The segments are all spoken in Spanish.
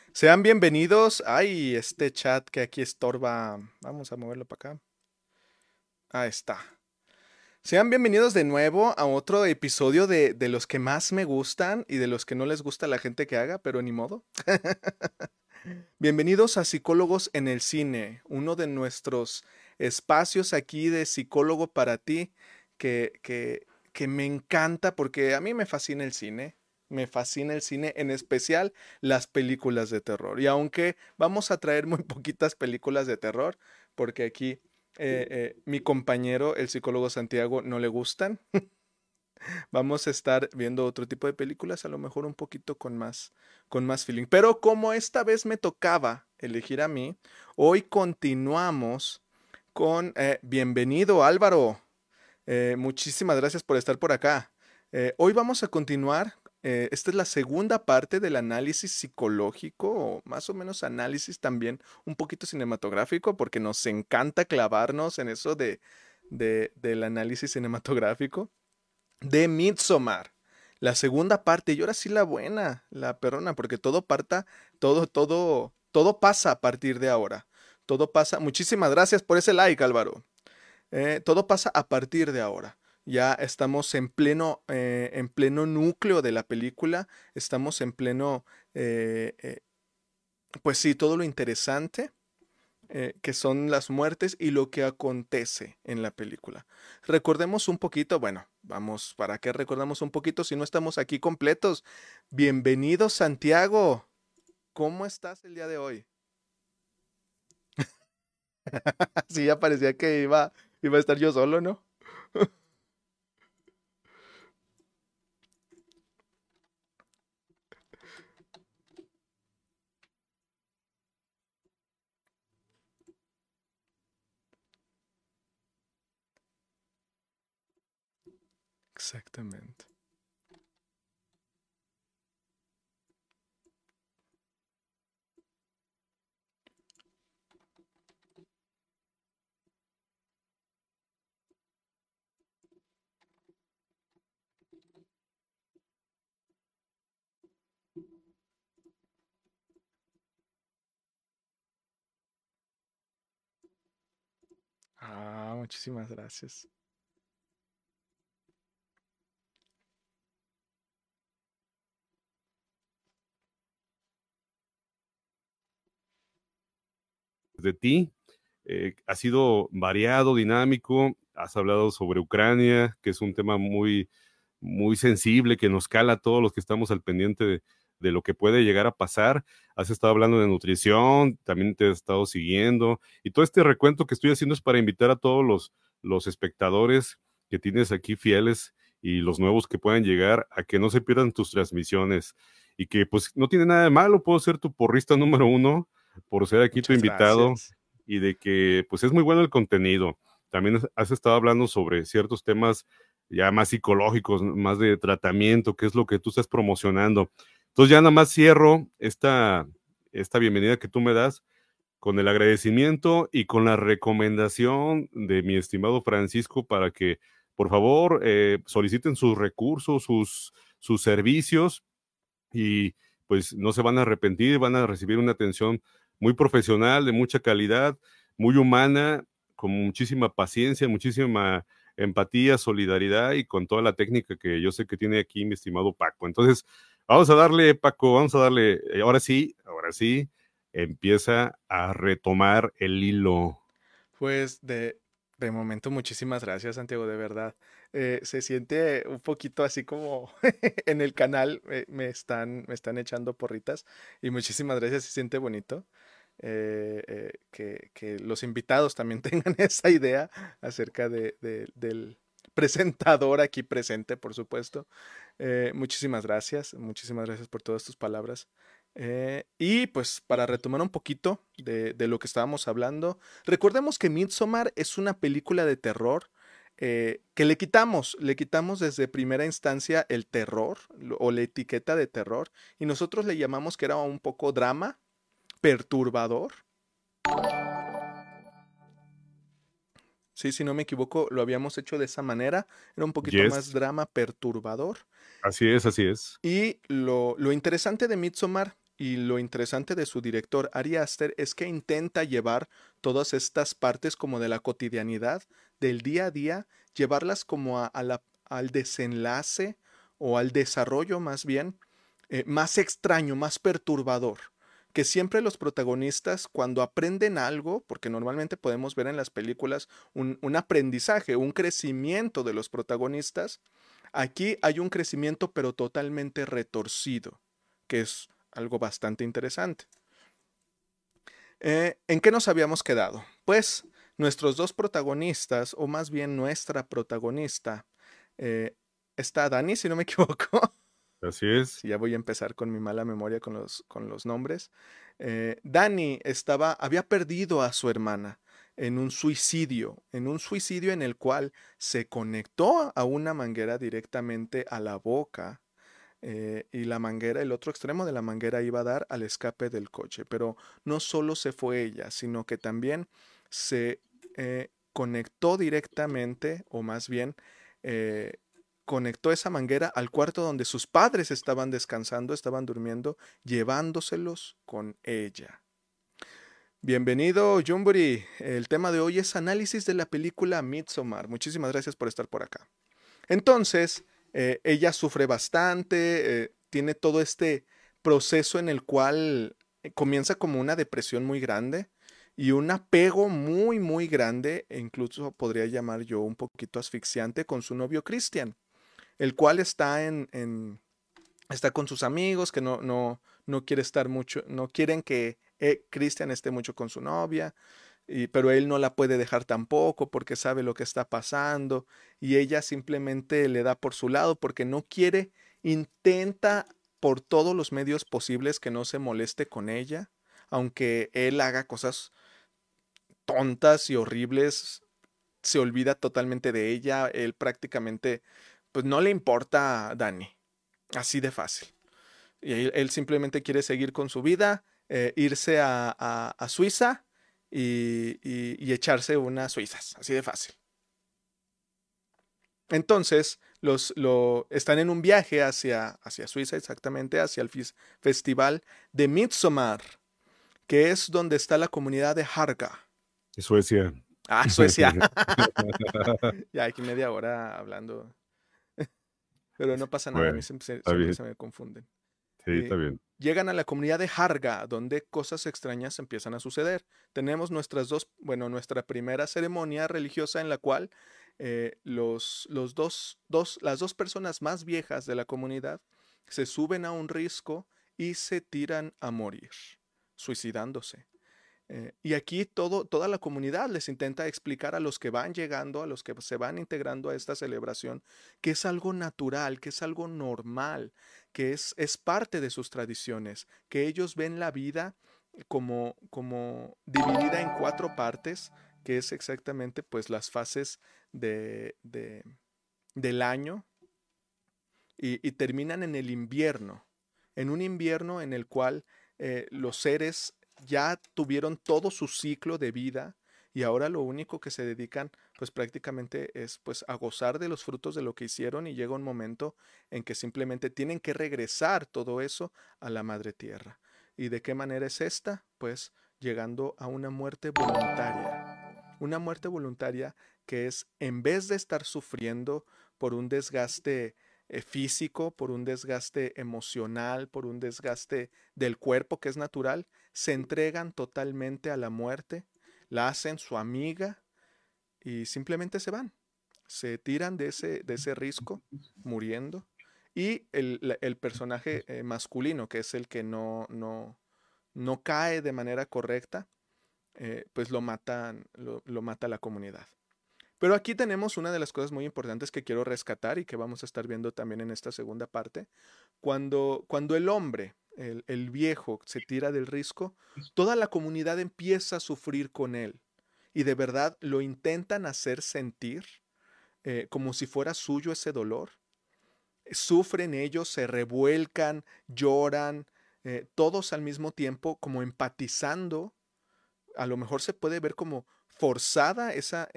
Sean bienvenidos. Ay, este chat que aquí estorba. Vamos a moverlo para acá. Ahí está. Sean bienvenidos de nuevo a otro episodio de los que más me gustan y de los que no les gusta la gente que haga, pero ni modo. Bienvenidos a Psicólogos en el Cine, uno de nuestros espacios aquí de psicólogo para ti, que me encanta porque a mí me fascina el cine. Me fascina el cine, en especial las películas de terror. Y aunque vamos a traer muy poquitas películas de terror, porque aquí mi compañero, el psicólogo Santiago, no le gustan. Vamos a estar viendo otro tipo de películas, a lo mejor un poquito con más feeling. Pero como esta vez me tocaba elegir a mí, hoy continuamos con bienvenido Álvaro. Muchísimas gracias por estar por acá. Hoy vamos a continuar. Esta es la segunda parte del análisis psicológico, o más o menos análisis también un poquito cinematográfico, porque nos encanta clavarnos en eso del análisis cinematográfico de Midsommar. La segunda parte, y ahora sí la buena, la perrona, porque todo pasa a partir de ahora. Todo pasa. Muchísimas gracias por ese like, Álvaro. Todo pasa a partir de ahora. Ya estamos en pleno núcleo de la película. Estamos en pleno, pues sí, todo lo interesante que son las muertes y lo que acontece en la película. Recordemos un poquito, bueno, vamos, ¿para qué recordamos un poquito si no estamos aquí completos? Bienvenido, Santiago. ¿Cómo estás el día de hoy? Sí, ya parecía que iba a estar yo solo, ¿no? Exactamente. Ah, muchísimas gracias. De ti. Ha sido variado, dinámico. Has hablado sobre Ucrania, que es un tema muy sensible, que nos cala a todos los que estamos al pendiente de lo que puede llegar a pasar. Has estado hablando de nutrición, también te he estado siguiendo. Y todo este recuento que estoy haciendo es para invitar a todos los espectadores que tienes aquí fieles y los nuevos que puedan llegar a que no se pierdan tus transmisiones y que pues no tiene nada de malo, puedo ser tu porrista número uno por ser aquí tu Muchas invitado gracias. y de que pues es muy bueno el contenido. También has estado hablando sobre ciertos temas ya más psicológicos, más de tratamiento, que es lo que tú estás promocionando. Entonces ya nada más cierro esta bienvenida que tú me das con el agradecimiento y con la recomendación de mi estimado Francisco para que por favor soliciten sus recursos, sus servicios y pues no se van a arrepentir, van a recibir una atención muy profesional, de mucha calidad, muy humana, con muchísima paciencia, muchísima empatía, solidaridad y con toda la técnica que yo sé que tiene aquí mi estimado Paco. Entonces, vamos a darle, Paco, vamos a darle, ahora sí, empieza a retomar el hilo. Pues de momento, muchísimas gracias, Santiago, de verdad. Se siente un poquito así como en el canal me están echando porritas y muchísimas gracias, se siente bonito. Que los invitados también tengan esa idea acerca del presentador aquí presente, por supuesto. Muchísimas gracias por todas tus palabras. Y pues para retomar un poquito de lo que estábamos hablando, recordemos que Midsommar es una película de terror que le quitamos desde primera instancia el terror o la etiqueta de terror y nosotros le llamamos que era un poco drama, perturbador. Sí, si no me equivoco, lo habíamos hecho de esa manera. Era un poquito más Yes, drama perturbador. así es, así es. Y lo interesante de Midsommar. y lo interesante de su director Ari Aster es que intenta llevar todas estas partes como de la cotidianidad, del día a día, llevarlas como al desenlace o al desarrollo más bien, más extraño, más perturbador. Que siempre los protagonistas cuando aprenden algo, porque normalmente podemos ver en las películas un aprendizaje, un crecimiento de los protagonistas, aquí hay un crecimiento pero totalmente retorcido, que es algo bastante interesante. ¿En qué nos habíamos quedado? Pues nuestros dos protagonistas, o más bien nuestra protagonista, está Dani, si no me equivoco. Así es. Si ya voy a empezar con mi mala memoria con los nombres. Dani había perdido a su hermana en un suicidio en el cual se conectó a una manguera directamente a la boca, y la manguera, el otro extremo de la manguera iba a dar al escape del coche. Pero no solo se fue ella, sino que también se conectó directamente, o más bien conectó esa manguera al cuarto donde sus padres estaban descansando, estaban durmiendo, llevándoselos con ella. Bienvenido, Jumburi. El tema de hoy es análisis de la película Midsommar. Muchísimas gracias por estar por acá. Entonces, ella sufre bastante, tiene todo este proceso en el cual comienza como una depresión muy grande y un apego muy, muy grande, e incluso podría llamar yo un poquito asfixiante con su novio Christian, el cual está con sus amigos, que no quiere estar mucho, no quieren que Christian esté mucho con su novia, pero él no la puede dejar tampoco porque sabe lo que está pasando y ella simplemente le da por su lado porque no quiere, intenta por todos los medios posibles que no se moleste con ella, aunque él haga cosas tontas y horribles, se olvida totalmente de ella, él prácticamente pues no le importa a Dani, así de fácil. Y él simplemente quiere seguir con su vida, irse a Suiza y echarse unas suizas, así de fácil. Entonces, están en un viaje hacia Suiza, exactamente, hacia el festival de Midsommar, que es donde está la comunidad de Harga. Suecia. Ah, Suecia. Ya aquí media hora hablando, pero no pasa nada, a mí Bueno, está siempre bien. se me confunden. Sí, está bien. Llegan a la comunidad de Harga, donde cosas extrañas empiezan a suceder. Tenemos nuestra primera ceremonia religiosa en la cual las dos personas más viejas de la comunidad se suben a un risco y se tiran a morir, suicidándose. Y aquí toda la comunidad les intenta explicar a los que van llegando, a los que se van integrando a esta celebración, que es algo natural, que es algo normal, que es parte de sus tradiciones, que ellos ven la vida como dividida en cuatro partes, que es exactamente pues las fases del año y terminan en el invierno, en un invierno en el cual los seres ya tuvieron todo su ciclo de vida y ahora lo único que se dedican pues prácticamente es pues a gozar de los frutos de lo que hicieron y llega un momento en que simplemente tienen que regresar todo eso a la madre tierra. ¿Y de qué manera es esta? Pues llegando a una muerte voluntaria. Una muerte voluntaria que es, en vez de estar sufriendo por un desgaste físico, por un desgaste emocional, por un desgaste del cuerpo que es natural, se entregan totalmente a la muerte, la hacen su amiga y simplemente se van. Se tiran de ese risco, muriendo. Y el personaje masculino, que es el que no cae de manera correcta, pues lo mata la comunidad. Pero aquí tenemos una de las cosas muy importantes que quiero rescatar y que vamos a estar viendo también en esta segunda parte. Cuando el hombre, el viejo, se tira del risco, toda la comunidad empieza a sufrir con él. Y de verdad lo intentan hacer sentir como si fuera suyo ese dolor. Sufren ellos, se revuelcan, lloran, todos al mismo tiempo como empatizando. A lo mejor se puede ver como forzada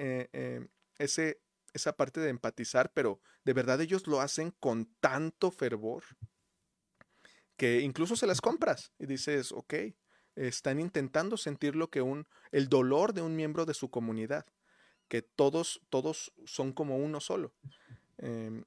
esa parte de empatizar, pero de verdad ellos lo hacen con tanto fervor que incluso se las compras y dices, ok, están intentando sentir lo que el dolor de un miembro de su comunidad, que todos son como uno solo. Em,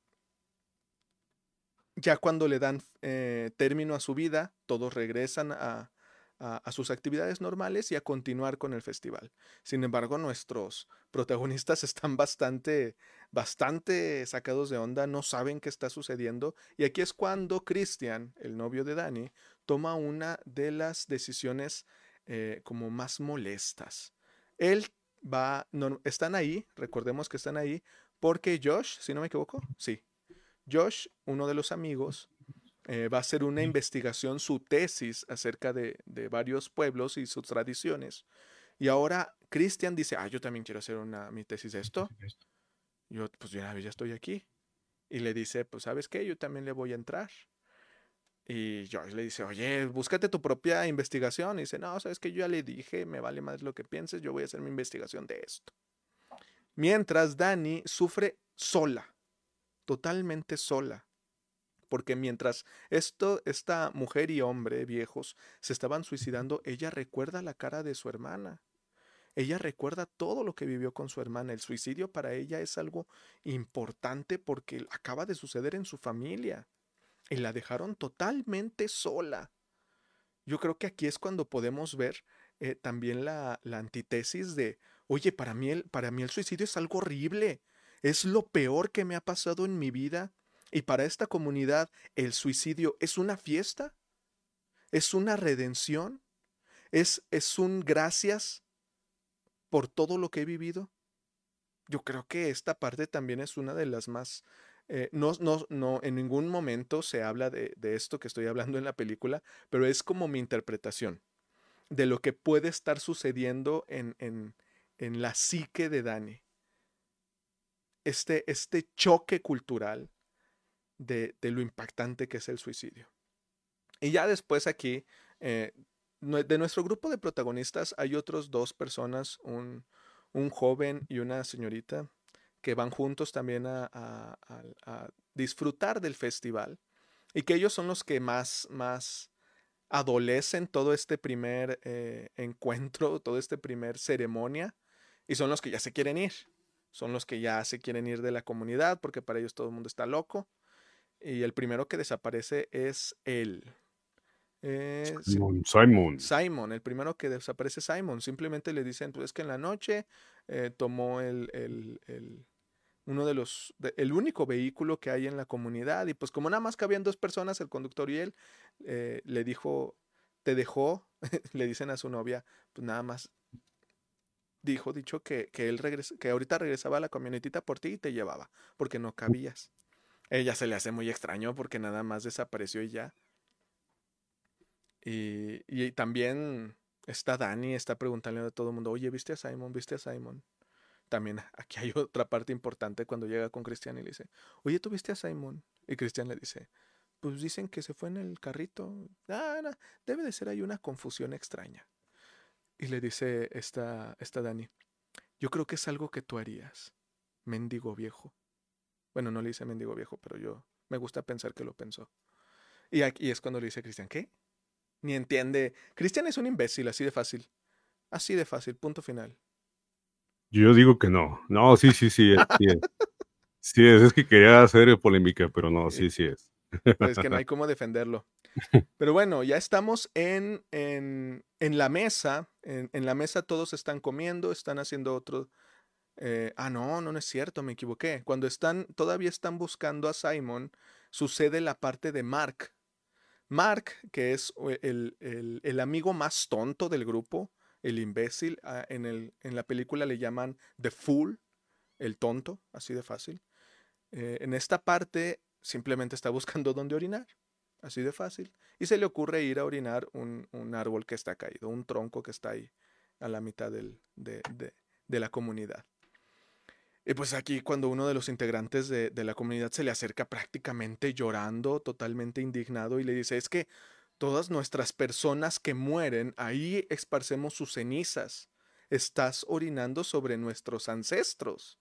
ya cuando le dan término a su vida, todos regresan a sus actividades normales y a continuar con el festival. Sin embargo, nuestros protagonistas están bastante sacados de onda, no saben qué está sucediendo. Y aquí es cuando Christian, el novio de Dani, toma una de las decisiones como más molestas. Él están ahí, recordemos que están ahí, porque Josh, si no me equivoco, sí, Josh, uno de los amigos, va a hacer una investigación, su tesis acerca de varios pueblos y sus tradiciones. Y ahora Christian dice, yo también quiero hacer mi tesis de esto. Yo, pues ya estoy aquí. Y le dice, pues ¿sabes qué? Yo también le voy a entrar. Y Josh le dice, oye, búscate tu propia investigación. Y dice, no, ¿sabes qué? Yo ya le dije, me vale más lo que pienses, yo voy a hacer mi investigación de esto. Mientras Dani sufre sola, totalmente sola. Porque mientras esta mujer y hombre viejos se estaban suicidando, ella recuerda la cara de su hermana. Ella recuerda todo lo que vivió con su hermana. El suicidio para ella es algo importante porque acaba de suceder en su familia. Y la dejaron totalmente sola. Yo creo que aquí es cuando podemos ver también la antítesis de, oye, para mí el suicidio es algo horrible. Es lo peor que me ha pasado en mi vida. Y para esta comunidad, el suicidio es una fiesta, es una redención, es un gracias por todo lo que he vivido. Yo creo que esta parte también es una de las más... no, en ningún momento se habla de esto que estoy hablando en la película, pero es como mi interpretación de lo que puede estar sucediendo en la psique de Dani. Este choque cultural de lo impactante que es el suicidio. Y ya después aquí, eh, de nuestro grupo de protagonistas hay otros dos personas, un joven y una señorita, que van juntos también a disfrutar del festival y que ellos son los que más adolecen todo este primer encuentro, todo este primer ceremonia y son los que ya se quieren ir. Son los que ya se quieren ir de la comunidad porque para ellos todo el mundo está loco. Y el primero que desaparece es él. Sí, Simon. Simon, el primero que desaparece es Simon. Simplemente le dicen, pues es que en la noche tomó uno de el único vehículo que hay en la comunidad y pues como nada más cabían dos personas, el conductor y él, le dijo, te dejó, le dicen a su novia, pues nada más dicho que él que ahorita regresaba a la camionetita por ti y te llevaba, porque no cabías. Ella se le hace muy extraño porque nada más desapareció y ya. Y también está Dani, está preguntándole a todo el mundo, oye, ¿viste a Simon? ¿Viste a Simon? También aquí hay otra parte importante cuando llega con Cristian y le dice, oye, ¿tú viste a Simon? Y Cristian le dice, pues dicen que se fue en el carrito. No, debe de ser ahí una confusión extraña. Y le dice esta Dani, yo creo que es algo que tú harías, mendigo viejo. Bueno, no le dice mendigo viejo, pero yo me gusta pensar que lo pensó. Y aquí es cuando le dice Cristian, ¿qué? Ni entiende. Cristian es un imbécil, así de fácil. Así de fácil, punto final. Yo digo que no. No, sí, sí, sí, sí es. Sí es que quería hacer polémica, pero no, Sí, sí, sí es. pues que no hay cómo defenderlo. Pero bueno, ya estamos en la mesa. En la mesa todos están comiendo, están haciendo otro. No es cierto, me equivoqué. Cuando todavía están buscando a Simon, sucede la parte de Mark. Mark, que es el amigo más tonto del grupo, el imbécil, en la película le llaman The Fool, el tonto, así de fácil. En esta parte simplemente está buscando dónde orinar, así de fácil. Y se le ocurre ir a orinar un árbol que está caído, un tronco que está ahí a la mitad de la comunidad. Y pues aquí cuando uno de los integrantes de la comunidad se le acerca prácticamente llorando, totalmente indignado y le dice, es que todas nuestras personas que mueren, ahí esparcemos sus cenizas. Estás orinando sobre nuestros ancestros.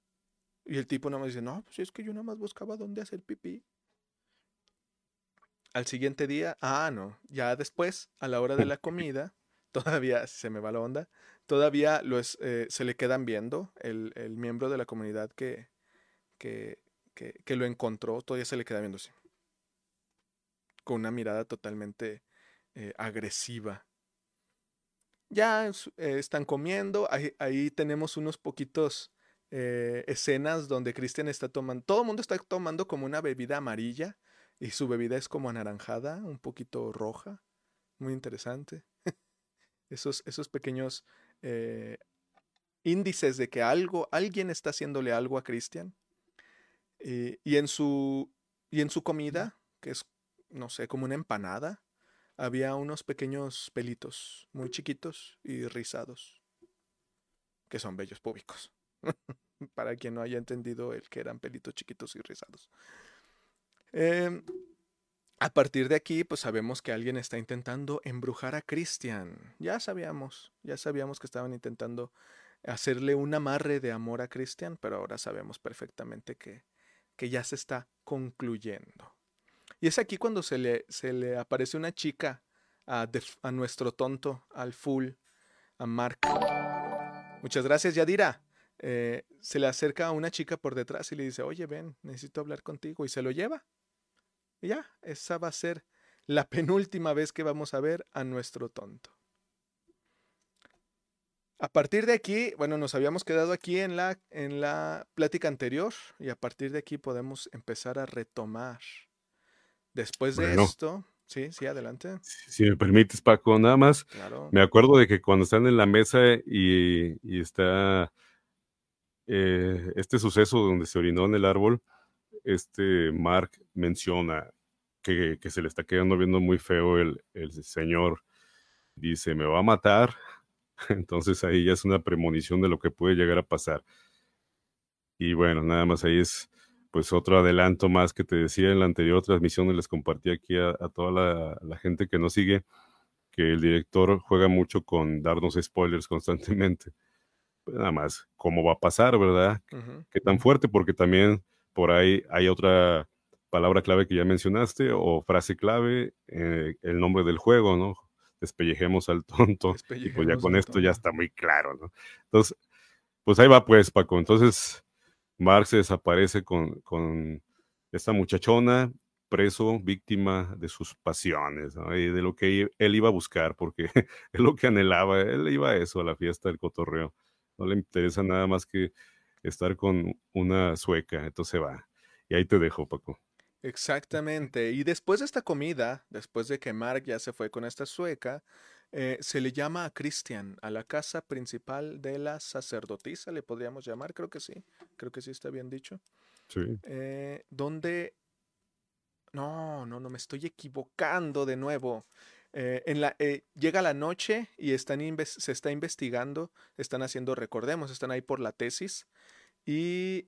Y el tipo nada más dice, no, pues es que yo nada más buscaba dónde hacer pipí. al siguiente día, no, ya después, a la hora de la comida, todavía se me va la onda, todavía se le quedan viendo el miembro de la comunidad que, que lo encontró, todavía se le queda viendo así, con una mirada totalmente agresiva. Ya están comiendo, ahí tenemos unos poquitos escenas donde Christian está tomando, todo el mundo está tomando como una bebida amarilla y su bebida es como anaranjada, un poquito roja, muy interesante. Esos pequeños eh, índices de que alguien está haciéndole algo a Christian. Y en su comida, que es, no sé, como una empanada, había unos pequeños pelitos muy chiquitos y rizados, que son vellos públicos. Para quien no haya entendido el que eran pelitos chiquitos y rizados. Eh, a partir de aquí, pues sabemos que alguien está intentando embrujar a Christian. Ya sabíamos que estaban intentando hacerle un amarre de amor a Christian, pero ahora sabemos perfectamente que ya se está concluyendo. Y es aquí cuando se le aparece una chica a nuestro tonto, al full, a Mark. Muchas gracias, Yadira. Se le acerca a una chica por detrás y le dice, oye, ven, necesito hablar contigo. Y se lo lleva. Y ya, esa va a ser la penúltima vez que vamos a ver a nuestro tonto. A partir de aquí, bueno, nos habíamos quedado aquí en la plática anterior y a partir de aquí podemos empezar a retomar. Después de Bueno, esto, sí, sí, adelante. si me permites, Paco, nada más, Claro. me acuerdo de que cuando están en la mesa y está este suceso donde se orinó en el árbol, Mark menciona que se le está quedando viendo muy feo el señor. Dice, me va a matar. Entonces ahí ya es una premonición de lo que puede llegar a pasar. Y bueno, nada más ahí es pues otro adelanto más que te decía en la anterior transmisión y les compartí aquí a toda la gente que nos sigue, que el director juega mucho con darnos spoilers constantemente. Pues nada más, cómo va a pasar, ¿verdad? Ujú. Qué tan fuerte, porque también por ahí hay otra palabra clave que ya mencionaste o frase clave, el nombre del juego, ¿no? Despellejemos al tonto y pues ya Despellejemos con al esto ya tonto. está muy claro, ¿no? Entonces, pues ahí va pues, Paco. Entonces, Mark se desaparece con esta muchachona, preso, víctima de sus pasiones, ¿no? Y de lo que él iba a buscar, porque es lo que anhelaba, él iba a eso, a la fiesta del cotorreo. No le interesa nada más que estar con una sueca, entonces va. Y ahí te dejo, Paco. Exactamente. Y después de esta comida, después de que Mark ya se fue con esta sueca, se le llama a Christian a la casa principal de la sacerdotisa, le podríamos llamar, creo que sí está bien dicho. Sí. Donde, no, me estoy equivocando de nuevo. Llega la noche y se está investigando, están haciendo, recordemos, están ahí por la tesis y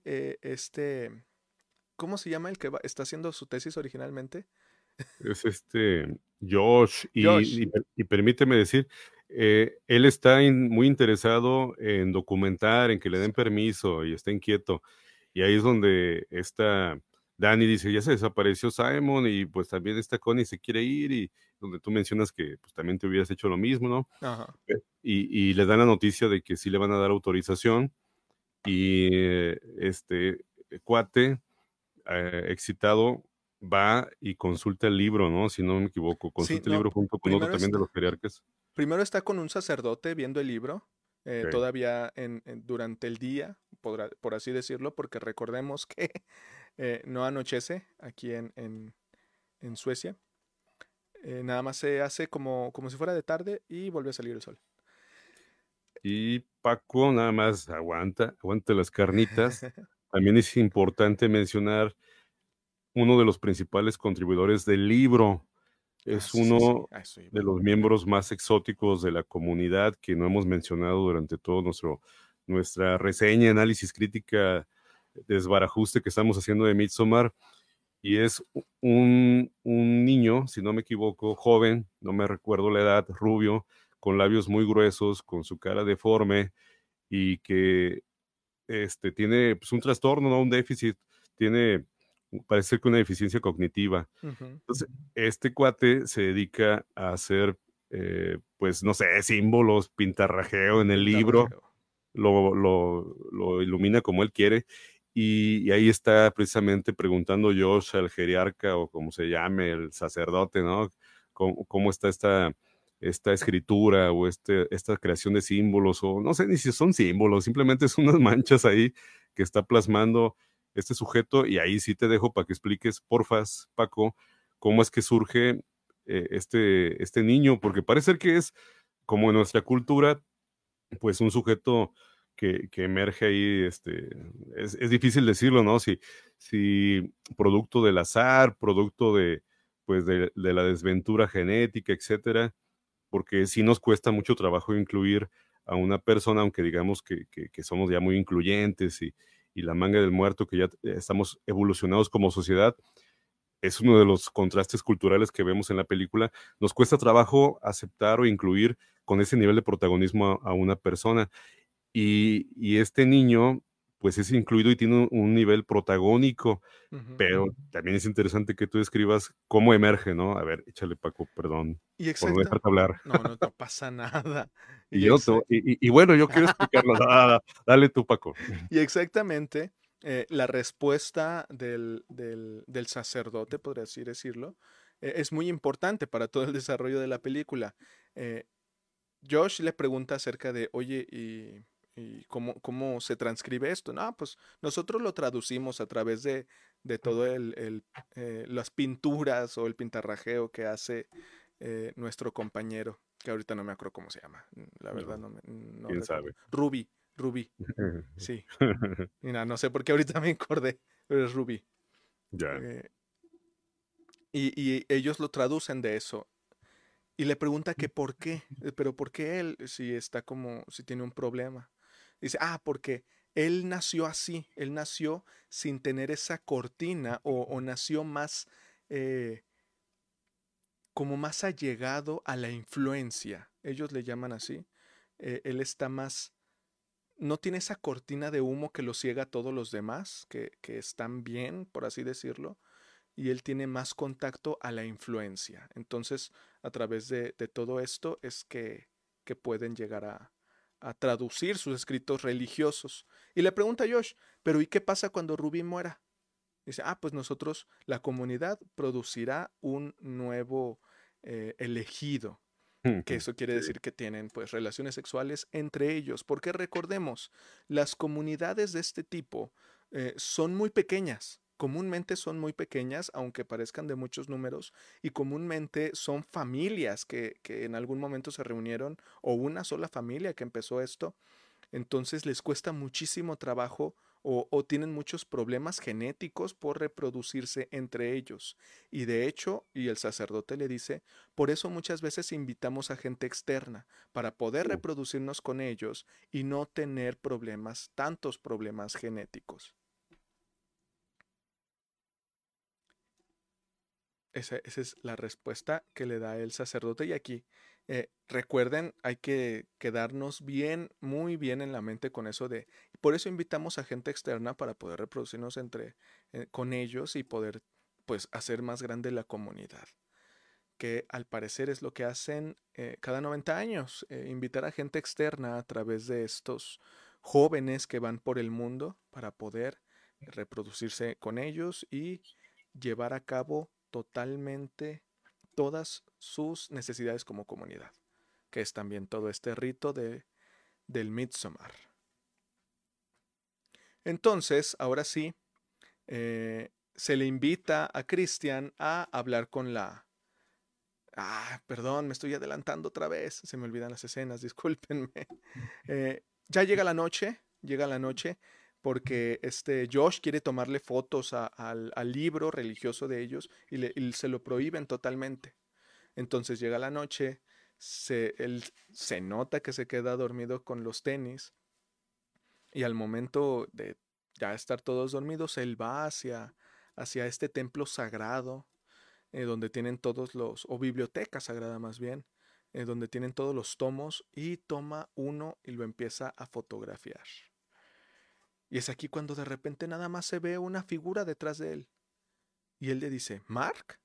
¿cómo se llama el que está haciendo su tesis originalmente? Es Josh, Josh. y permíteme decir, él está muy interesado en documentar, en que le den permiso y está inquieto. Y ahí es donde esta Dani dice, ya se desapareció Simon y pues también esta Connie se quiere ir y donde tú mencionas que pues también te hubieras hecho lo mismo, ¿no? Ajá. Y le dan la noticia de que sí le van a dar autorización y cuate excitado va y consulta el libro, ¿no? Si no me equivoco, Sí, consulta el no, libro junto con otro primero también de está, los jerarcas. primero está con un sacerdote viendo el libro, Okay. todavía durante el día, por así decirlo, porque recordemos que no anochece aquí en Suecia. Nada más se hace como si fuera de tarde y vuelve a salir el sol. Y Paco, nada más aguanta las carnitas. También es importante mencionar uno de los principales contribuidores del libro. Es Sí, uno a eso de iba. los miembros más exóticos de la comunidad que no hemos mencionado durante todo nuestra reseña, análisis crítica, desbarajuste que estamos haciendo de Midsommar. Y es un niño, si no me equivoco, joven, no me recuerdo la edad, rubio, con labios muy gruesos, con su cara deforme y que tiene pues, un trastorno, ¿no? Un déficit, tiene parece ser que una deficiencia cognitiva. Ujú. Entonces, este cuate se dedica a hacer, pues, no sé, símbolos, pintarrajeo en el libro, Pintarrajeo. lo ilumina como él quiere, y ahí está precisamente preguntando Josh al geriarca, o como se llame, el sacerdote, ¿no? ¿Cómo está esta escritura o esta creación de símbolos? O no sé ni si son símbolos, simplemente son unas manchas ahí que está plasmando este sujeto, y ahí sí te dejo para que expliques, porfas, Paco, cómo es que surge este niño, porque parece ser que es, como en nuestra cultura, pues un sujeto que emerge ahí, es difícil decirlo, ¿no? Si producto del azar, producto pues de la desventura genética, etcétera, porque sí nos cuesta mucho trabajo incluir a una persona, aunque digamos que somos ya muy incluyentes, y la manga del muerto, que ya estamos evolucionados como sociedad. Es uno de los contrastes culturales que vemos en la película. Nos cuesta trabajo aceptar o incluir con ese nivel de protagonismo a una persona. Y este niño, pues es incluido y tiene un nivel protagónico, Ujú. pero también es interesante que tú describas cómo emerge, ¿no? A ver, échale, Paco, perdón Y por no exacta. dejarte hablar. No, no, no pasa nada. Y Y yo, y bueno, yo quiero explicarlo. Dale tú, Paco. y exactamente, la respuesta del sacerdote, podría así decirlo, es muy importante para todo el desarrollo de la película. Eh, Josh le pregunta acerca de, oye, ¿y cómo se transcribe esto? No, pues nosotros lo traducimos a través de todo las pinturas o el pintarrajeo que hace nuestro compañero, que ahorita no me acuerdo cómo se llama, la verdad No, no quién recuerdo. sabe. Ruby, sí. Mira, no sé por qué ahorita me acordé, pero es Ruby. Ya. Eh, y ellos lo traducen de eso. Y le pregunta que por qué, pero por qué él, si está como, si tiene un problema. Dice, porque él nació así, él nació sin tener esa cortina o nació más, eh, como más allegado a la influencia. Ellos le llaman así. Él está más, no tiene esa cortina de humo que lo ciega a todos los demás, que están bien, por así decirlo, y él tiene más contacto a la influencia. Entonces, a través de todo esto es que pueden llegar a traducir sus escritos religiosos. Y le pregunta a Josh, pero ¿y qué pasa cuando Ruby muera? Dice, pues nosotros, la comunidad, producirá un nuevo elegido, que eso quiere Sí. decir que tienen pues relaciones sexuales entre ellos, porque recordemos, las comunidades de este tipo son muy pequeñas, comúnmente son muy pequeñas, aunque parezcan de muchos números, y comúnmente son familias que en algún momento se reunieron, o una sola familia que empezó esto, entonces les cuesta muchísimo trabajo o tienen muchos problemas genéticos por reproducirse entre ellos. Y de hecho, y el sacerdote le dice, por eso muchas veces invitamos a gente externa, para poder reproducirnos con ellos y no tener problemas, tantos problemas genéticos. Esa es la respuesta que le da el sacerdote. Y aquí, recuerden, hay que quedarnos bien, muy bien en la mente con eso de... Por eso invitamos a gente externa para poder reproducirnos con ellos y poder, pues, hacer más grande la comunidad. Que al parecer es lo que hacen cada 90 años, invitar a gente externa a través de estos jóvenes que van por el mundo para poder reproducirse con ellos y llevar a cabo totalmente todas sus necesidades como comunidad, que es también todo este rito del Midsommar. Entonces, ahora sí, se le invita a Christian a hablar con perdón, me estoy adelantando otra vez, se me olvidan las escenas, discúlpenme. Ya llega la noche, porque Josh quiere tomarle fotos al libro religioso de ellos y se lo prohíben totalmente. Entonces llega la noche, él se nota que se queda dormido con los tenis y al momento de ya estar todos dormidos, él va hacia este templo sagrado, donde tienen o biblioteca sagrada más bien, donde tienen todos los tomos y toma uno y lo empieza a fotografiar. Y es aquí cuando de repente nada más se ve una figura detrás de él. Y él le dice, ¿Mark?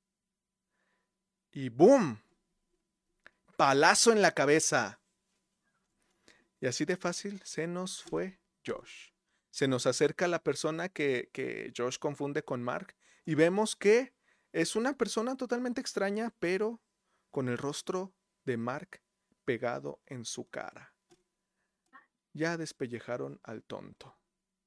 Y ¡boom! Palazo en la cabeza. Y así de fácil se nos fue Josh. Se nos acerca la persona que Josh confunde con Mark y vemos que es una persona totalmente extraña, pero con el rostro de Mark pegado en su cara. Ya despellejaron al tonto.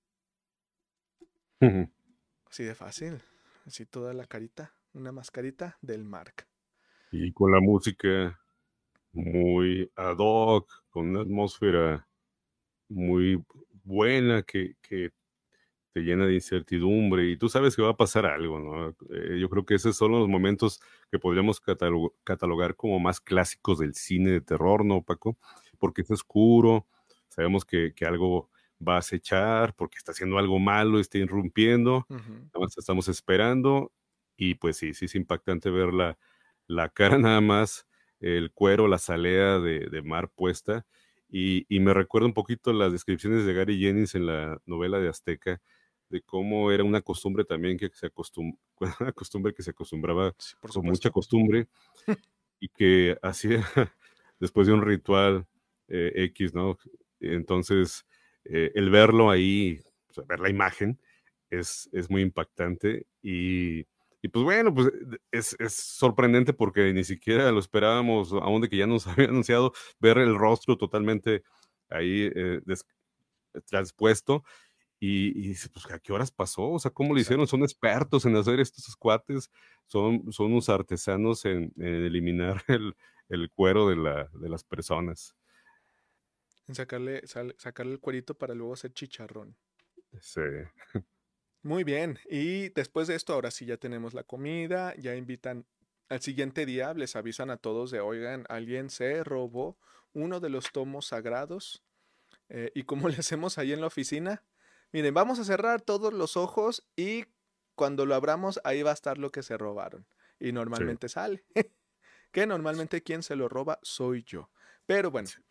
Así de fácil. Así toda la carita. Una mascarita del Mark. Y con la música muy ad hoc, con una atmósfera muy buena que te llena de incertidumbre y tú sabes que va a pasar algo, ¿no? Yo creo que esos son los momentos que podríamos catalogar como más clásicos del cine de terror, ¿no, Paco? Porque es oscuro, sabemos que algo va a acechar, porque está haciendo algo malo, está irrumpiendo, nada más estamos esperando y pues sí, sí es impactante ver la cara nada más, el cuero, la salea de Mar puesta y me recuerda un poquito las descripciones de Gary Jennings en la novela de Azteca, de cómo era una costumbre también una costumbre que se acostumbraba Sí, por con mucha supuesto. costumbre y que hacía después de un ritual X, ¿no? Entonces, el verlo ahí, o sea, ver la imagen, es muy impactante y pues bueno, pues es sorprendente porque ni siquiera lo esperábamos, aún de que ya nos había anunciado, ver el rostro totalmente ahí transpuesto y dice, pues, ¿a qué horas pasó? O sea, ¿cómo lo hicieron? Exacto. Son expertos en hacer estos cuates, son unos artesanos en eliminar el cuero de las personas. En sacarle el cuerito para luego hacer chicharrón. Sí. Muy bien. Y después de esto, ahora sí ya tenemos la comida, ya invitan al siguiente día, les avisan a todos de, oigan, alguien se robó uno de los tomos sagrados. ¿Y cómo le hacemos ahí en la oficina? Miren, vamos a cerrar todos los ojos y cuando lo abramos, ahí va a estar lo que se robaron. Y Sí, normalmente sale. Que normalmente quien se lo roba soy yo. Pero bueno, sí.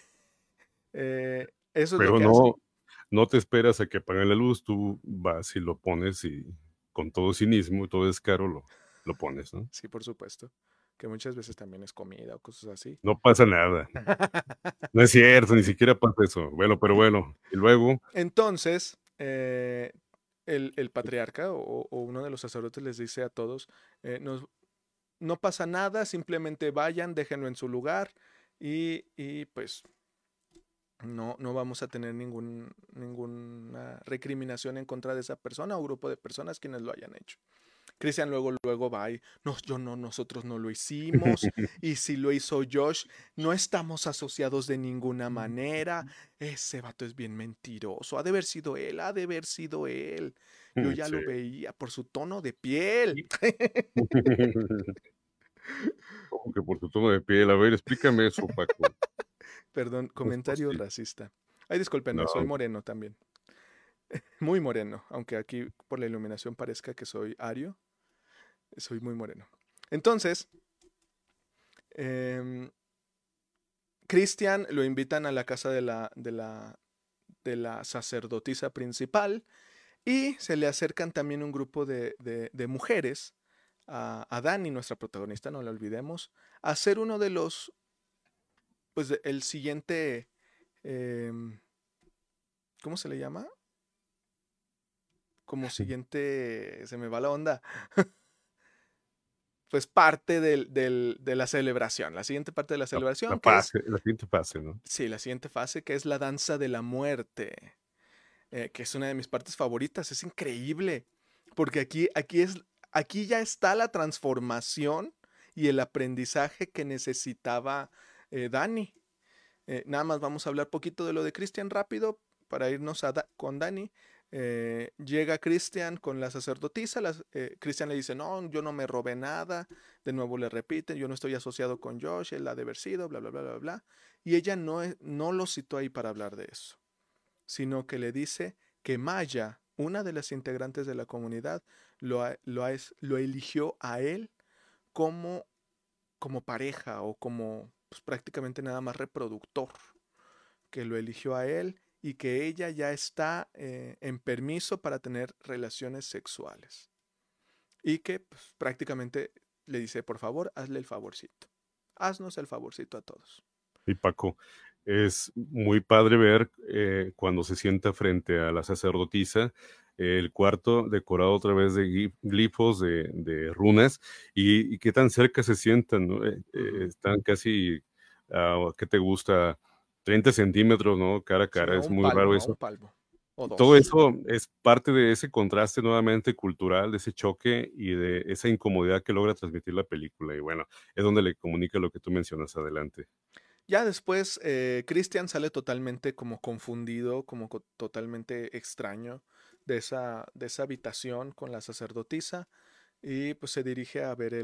eso es lo Pero que hacen. no te esperas a que apaguen la luz, tú vas y lo pones y con todo cinismo y todo descaro lo pones, ¿no? Sí, por supuesto. Que muchas veces también es comida o cosas así. No pasa nada. No es cierto, ni siquiera pasa eso. Bueno, pero bueno. Y luego, Entonces, el patriarca o uno de los sacerdotes les dice a todos, no pasa nada, simplemente vayan, déjenlo en su lugar y pues no vamos a tener ninguna recriminación en contra de esa persona o grupo de personas quienes lo hayan hecho. Cristian luego va y, no, nosotros no lo hicimos, y si lo hizo Josh, no estamos asociados de ninguna manera, ese vato es bien mentiroso, ha de haber sido él, ha de haber sido él, yo ya sí. lo veía por su tono de piel. Como que por tu tono de piel. A ver, explícame eso, Paco. Perdón, ¿Cómo es comentario posible? racista. Ay, discúlpenme, No, soy moreno también, muy moreno, aunque aquí por la iluminación parezca que soy ario, soy muy moreno. Entonces, eh, Christian lo invitan a la casa de la sacerdotisa principal y se le acercan también un grupo de mujeres a Dani, nuestra protagonista, no la olvidemos, a ser uno de los, pues el siguiente, eh, ¿cómo se le llama? Como siguiente, se me va la onda, pues parte de la celebración, la siguiente parte de la celebración que es, la siguiente fase, ¿no? sí, la siguiente fase que es la danza de la muerte. Que es una de mis partes favoritas. Es increíble, porque aquí ya está la transformación y el aprendizaje que necesitaba Dani. Nada más vamos a hablar poquito de lo de Christian rápido para irnos con Dani. Llega Christian con la sacerdotisa. Christian le dice, no, yo no me robé nada. De nuevo le repite, yo no estoy asociado con Josh, él ha de haber sido, bla, bla, bla, bla, bla. Y ella no lo citó ahí para hablar de eso, sino que le dice que Maya, una de las integrantes de la comunidad, lo eligió a él como, como pareja o como pues, prácticamente nada más reproductor, que lo eligió a él y que ella ya está en permiso para tener relaciones sexuales. y que pues, prácticamente le dice, por favor, hazle el favorcito. Haznos el favorcito a todos. Y Paco, es muy padre ver cuando se sienta frente a la sacerdotisa, el cuarto decorado otra vez de glifos, de runas, y qué tan cerca se sientan, ¿no? Están casi, ¿qué te gusta? 30 centímetros, ¿no? Cara a Sí, cara, es muy raro a un eso. palmo, o Todo dos. eso es parte de ese contraste nuevamente cultural, de ese choque y de esa incomodidad que logra transmitir la película. Y bueno, es donde le comunica lo que tú mencionas adelante. Ya después, Christian sale totalmente como confundido, como totalmente extraño de esa habitación con la sacerdotisa y pues se dirige a ver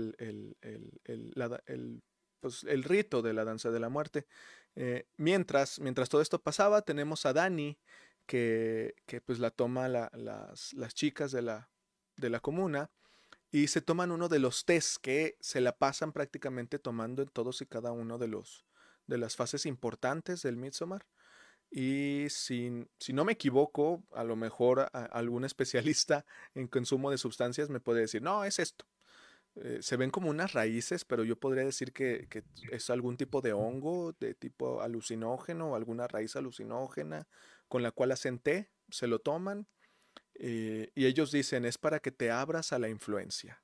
pues, el rito de la danza de la muerte. Mientras todo esto pasaba, tenemos a Dani que pues la toma las chicas de la comuna y se toman uno de los tés que se la pasan prácticamente tomando en todos y cada uno de las fases importantes del Midsommar. Y si no me equivoco, a lo mejor algún especialista en consumo de sustancias me puede decir, no, es esto. Se ven como unas raíces, pero yo podría decir que es algún tipo de hongo, de tipo alucinógeno, o alguna raíz alucinógena con la cual hacen té, se lo toman y ellos dicen, es para que te abras a la influencia.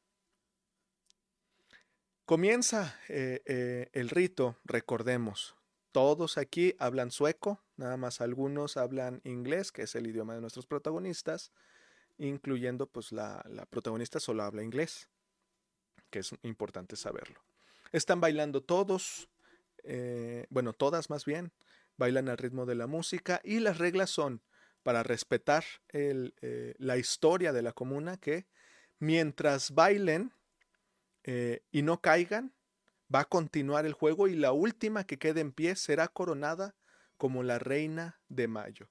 Comienza el rito, recordemos. Todos aquí hablan sueco, nada más algunos hablan inglés, que es el idioma de nuestros protagonistas, incluyendo pues la protagonista solo habla inglés, que es importante saberlo. Están bailando todos, bueno, todas más bien, bailan al ritmo de la música y las reglas son para respetar la historia de la comuna que mientras bailen y no caigan, va a continuar el juego y la última que quede en pie será coronada como la reina de mayo.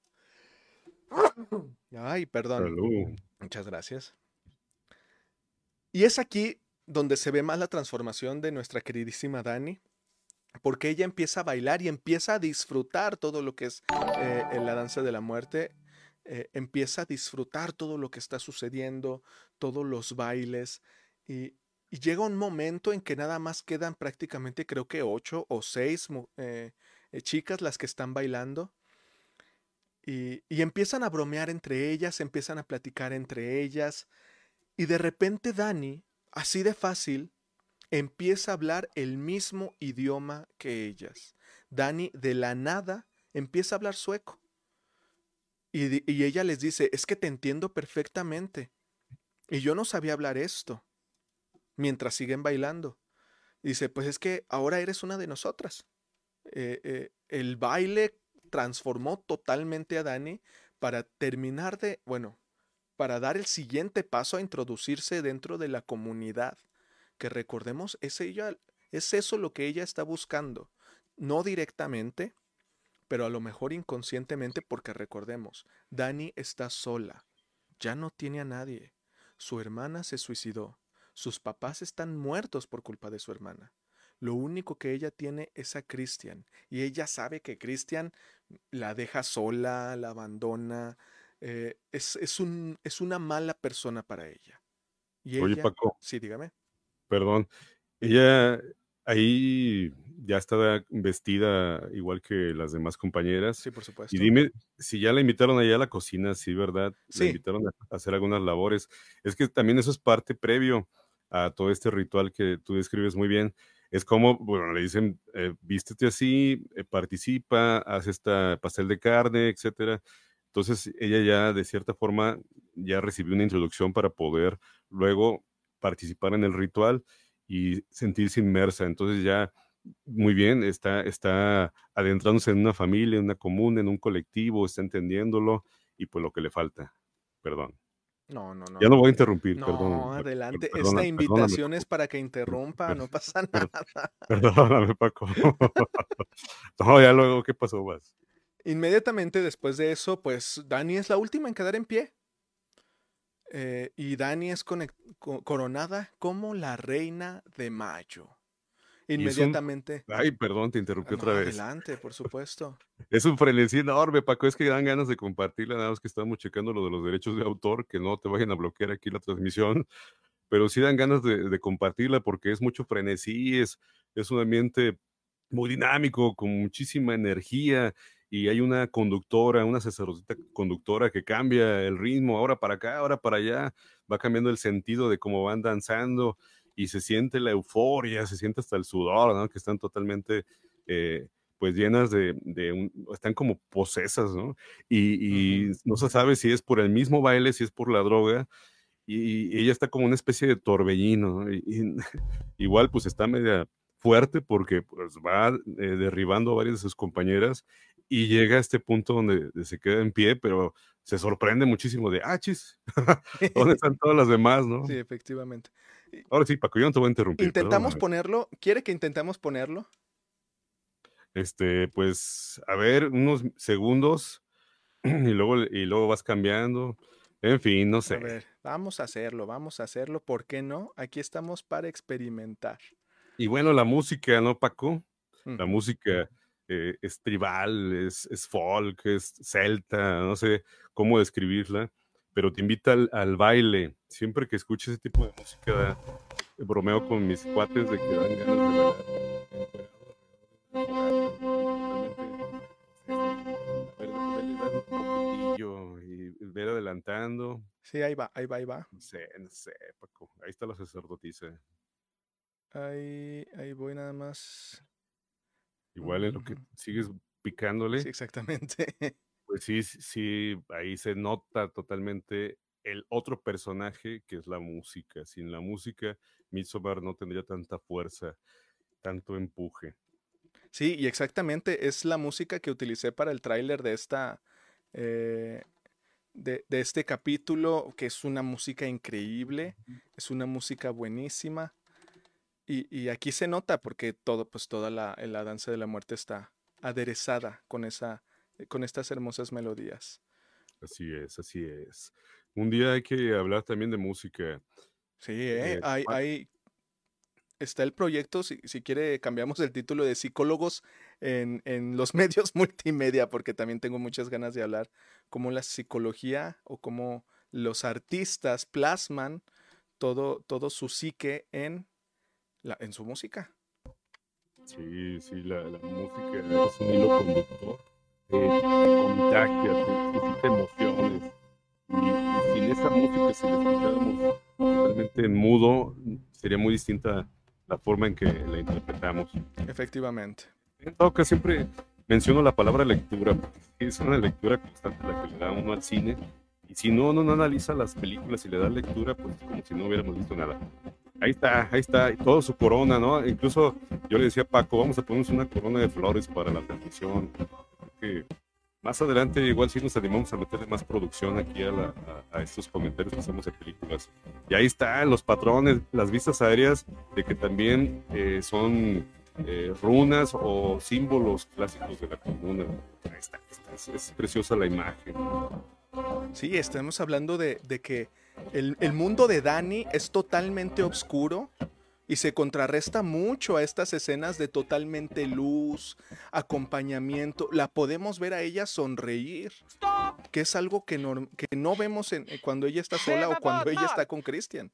Ay, perdón. Salud. Muchas gracias. Y es aquí donde se ve más la transformación de nuestra queridísima Dani, porque ella empieza a bailar y empieza a disfrutar todo lo que es en la danza de la muerte. Empieza a disfrutar todo lo que está sucediendo, todos los bailes y llega un momento en que nada más quedan prácticamente creo que 8 o 6 chicas las que están bailando y empiezan a bromear entre ellas, empiezan a platicar entre ellas y de repente Dani, así de fácil, empieza a hablar el mismo idioma que ellas. Dani de la nada empieza a hablar sueco. Y ella les dice, es que te entiendo perfectamente. Y yo no sabía hablar esto. Mientras siguen bailando. Y dice, pues es que ahora eres una de nosotras. El baile transformó totalmente a Dani para terminar bueno, para dar el siguiente paso a introducirse dentro de la comunidad. Que recordemos, es eso lo que ella está buscando. No directamente, pero a lo mejor inconscientemente porque recordemos, Dani está sola, ya no tiene a nadie. Su hermana se suicidó, sus papás están muertos por culpa de su hermana. Lo único que ella tiene es a Christian y ella sabe que Christian la deja sola, la abandona, es una mala persona para ella. Y Oye, ella, Paco, sí, dígame. perdón, ella ahí ya estaba vestida igual que las demás compañeras. Sí, por Y supuesto. dime si ya la invitaron allá a la cocina, sí, ¿verdad? La Sí, invitaron a hacer algunas labores. Es que también eso es parte previo a todo este ritual que tú describes muy bien. Es como, bueno, le dicen, vístete así, participa, haz esta pastel de carne, etcétera. Entonces ella ya de cierta forma ya recibió una introducción para poder luego participar en el ritual y sentirse inmersa. Entonces ya muy bien, está adentrándose en una familia, en una comuna, en un colectivo, está entendiéndolo y pues lo que le falta. Perdón. no, no, no, Ya no no. voy a interrumpir, perdón. No, adelante. Esta Perdóname, perdóname, invitación es Paco. para que interrumpa, no pasa nada. Perdóname, Paco. No, ya luego, ¿qué pasó más? Inmediatamente después de eso, pues Dani es la última en quedar en pie. Y Dani es coronada como la reina de mayo. Y es un... Inmediatamente. Ay, perdón, te interrumpí No, otra vez. adelante, por supuesto. Es un frenesí enorme, Paco. Es que dan ganas de compartirla, nada más que estamos checando lo de los derechos de autor, que no te vayan a bloquear aquí la transmisión. pero sí dan ganas de compartirla porque es mucho frenesí, es un ambiente muy dinámico, con muchísima energía, y hay una conductora, una sacerdotisa conductora que cambia el ritmo, ahora para acá, ahora para allá, va cambiando el sentido de cómo van danzando, y se siente la euforia, se siente hasta el sudor, ¿no? Que están totalmente, pues llenas están como posesas, ¿no? Y no se sabe si es por el mismo baile, si es por la droga, y ella está como una especie de torbellino, ¿no? Igual pues está media fuerte porque pues va derribando a varias de sus compañeras y llega a este punto donde se queda en pie, pero se sorprende muchísimo de, chis, ¿dónde están todas las demás, Sí, no? efectivamente. I- Ahora sí, Paco, yo no te voy a interrumpir, Intentamos perdóname. ponerlo. ¿Quiere que intentemos ponerlo? Pues, a ver, unos segundos y luego vas cambiando. En fin, no A sé. ver, vamos a hacerlo, vamos a hacerlo. ¿Por qué no? Aquí estamos para experimentar. Y bueno, la música, ¿no, Paco? La Ujú. música es tribal, es folk, es celta, no sé cómo describirla, pero te invita al baile. Siempre que escuches ese tipo de música, bromeo con mis cuates de que dan ganas de bailar encuerado, un poquitillo y ver adelantando. Sí, ahí va, ahí va, ahí va. No sé, Paco. Ahí está la sacerdotisa. Ahí voy nada más. Igual en lo que Ujú. sigues Sí, picándole. exactamente. Pues sí, sí, sí, ahí se nota totalmente el otro personaje que es la música. Sin la música, Midsommar no tendría tanta fuerza, tanto empuje. Sí, y exactamente es la música que utilicé para el tráiler de esta, eh, de este capítulo, que es una música increíble, es una música buenísima. Y aquí se nota porque todo, pues toda la danza de la muerte está aderezada con estas hermosas melodías. Así es, así es. Un día hay que hablar también de música. Sí, Eh, pa- está el proyecto, si quiere cambiamos el título de psicólogos en los medios multimedia, porque también tengo muchas ganas de hablar cómo la psicología o cómo los artistas plasman todo su psique en su música. sí, sí, la música es un hilo conductor. Te contagia, te suscita emociones. Y sin esa música, si la escucháramos totalmente en mudo, sería muy distinta la forma en que la interpretamos. Efectivamente. En todo caso, siempre menciono la palabra lectura, porque sí es una lectura constante la que le da uno al cine. Y si uno no analiza las películas y le da lectura, pues como si no hubiéramos visto nada. Ahí está, y todo su corona, ¿no? Incluso yo le decía a Paco, vamos a ponernos una corona de flores para la transmisión. Que más adelante igual sí nos animamos a meterle más producción aquí a estos comentarios que hacemos de películas. Y ahí están los patrones, las vistas aéreas, de que también son runas o símbolos clásicos de la comuna. Ahí está, es preciosa la imagen. Sí, estamos hablando de que el mundo de Dani es totalmente oscuro y se contrarresta mucho a estas escenas de totalmente luz, acompañamiento. La podemos ver a ella sonreír, que es algo que no vemos cuando ella está sola o cuando ella está con Christian.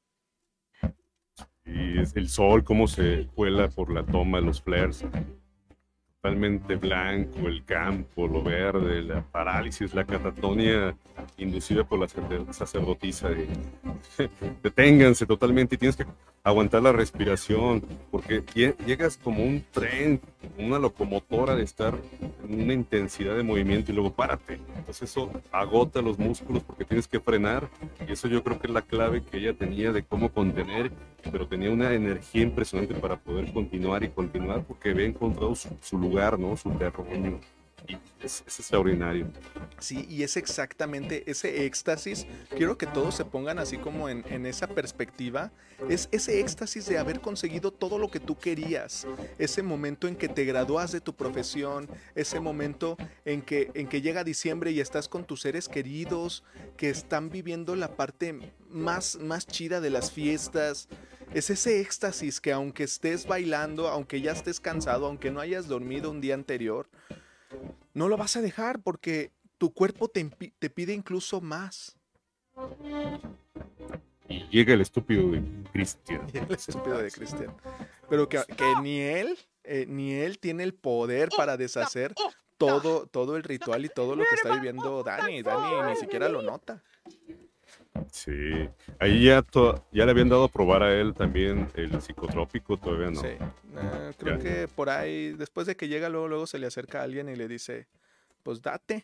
Y es el sol, cómo se cuela por la toma, los flares, totalmente blanco, el campo, lo verde, la parálisis, la catatonia inducida por la sacerdotisa de deténganse totalmente y tienes que aguantar la respiración porque llegas como un tren, una locomotora de estar en una intensidad de movimiento y luego párate. Entonces eso agota los músculos porque tienes que frenar y eso yo creo que es la clave que ella tenía de cómo contener, pero tenía una energía impresionante para poder continuar y continuar porque había encontrado su lugar, ¿no? Su terruño. Y es extraordinario. Sí, y es exactamente ese éxtasis. Quiero que todos se pongan así como en esa perspectiva. Es ese éxtasis de haber conseguido todo lo que tú querías. Ese momento en que te gradúas de tu profesión. Ese momento en que llega diciembre y estás con tus seres queridos. Que están viviendo la parte más chida de las fiestas. Es ese éxtasis que aunque estés bailando, aunque ya estés cansado, aunque no hayas dormido un día anterior, no lo vas a dejar porque tu cuerpo te pide incluso más. Y llega el estúpido de Cristian. Y el estúpido de Cristian. Pero que ni él tiene el poder para deshacer todo el ritual y todo lo que está viviendo Dani. Dani ni siquiera lo nota. Sí, ahí ya le habían dado a probar a él también el psicotrópico, todavía no. Sí, creo Ya. que por ahí, después de que llega, luego se le acerca a alguien y le dice, pues date.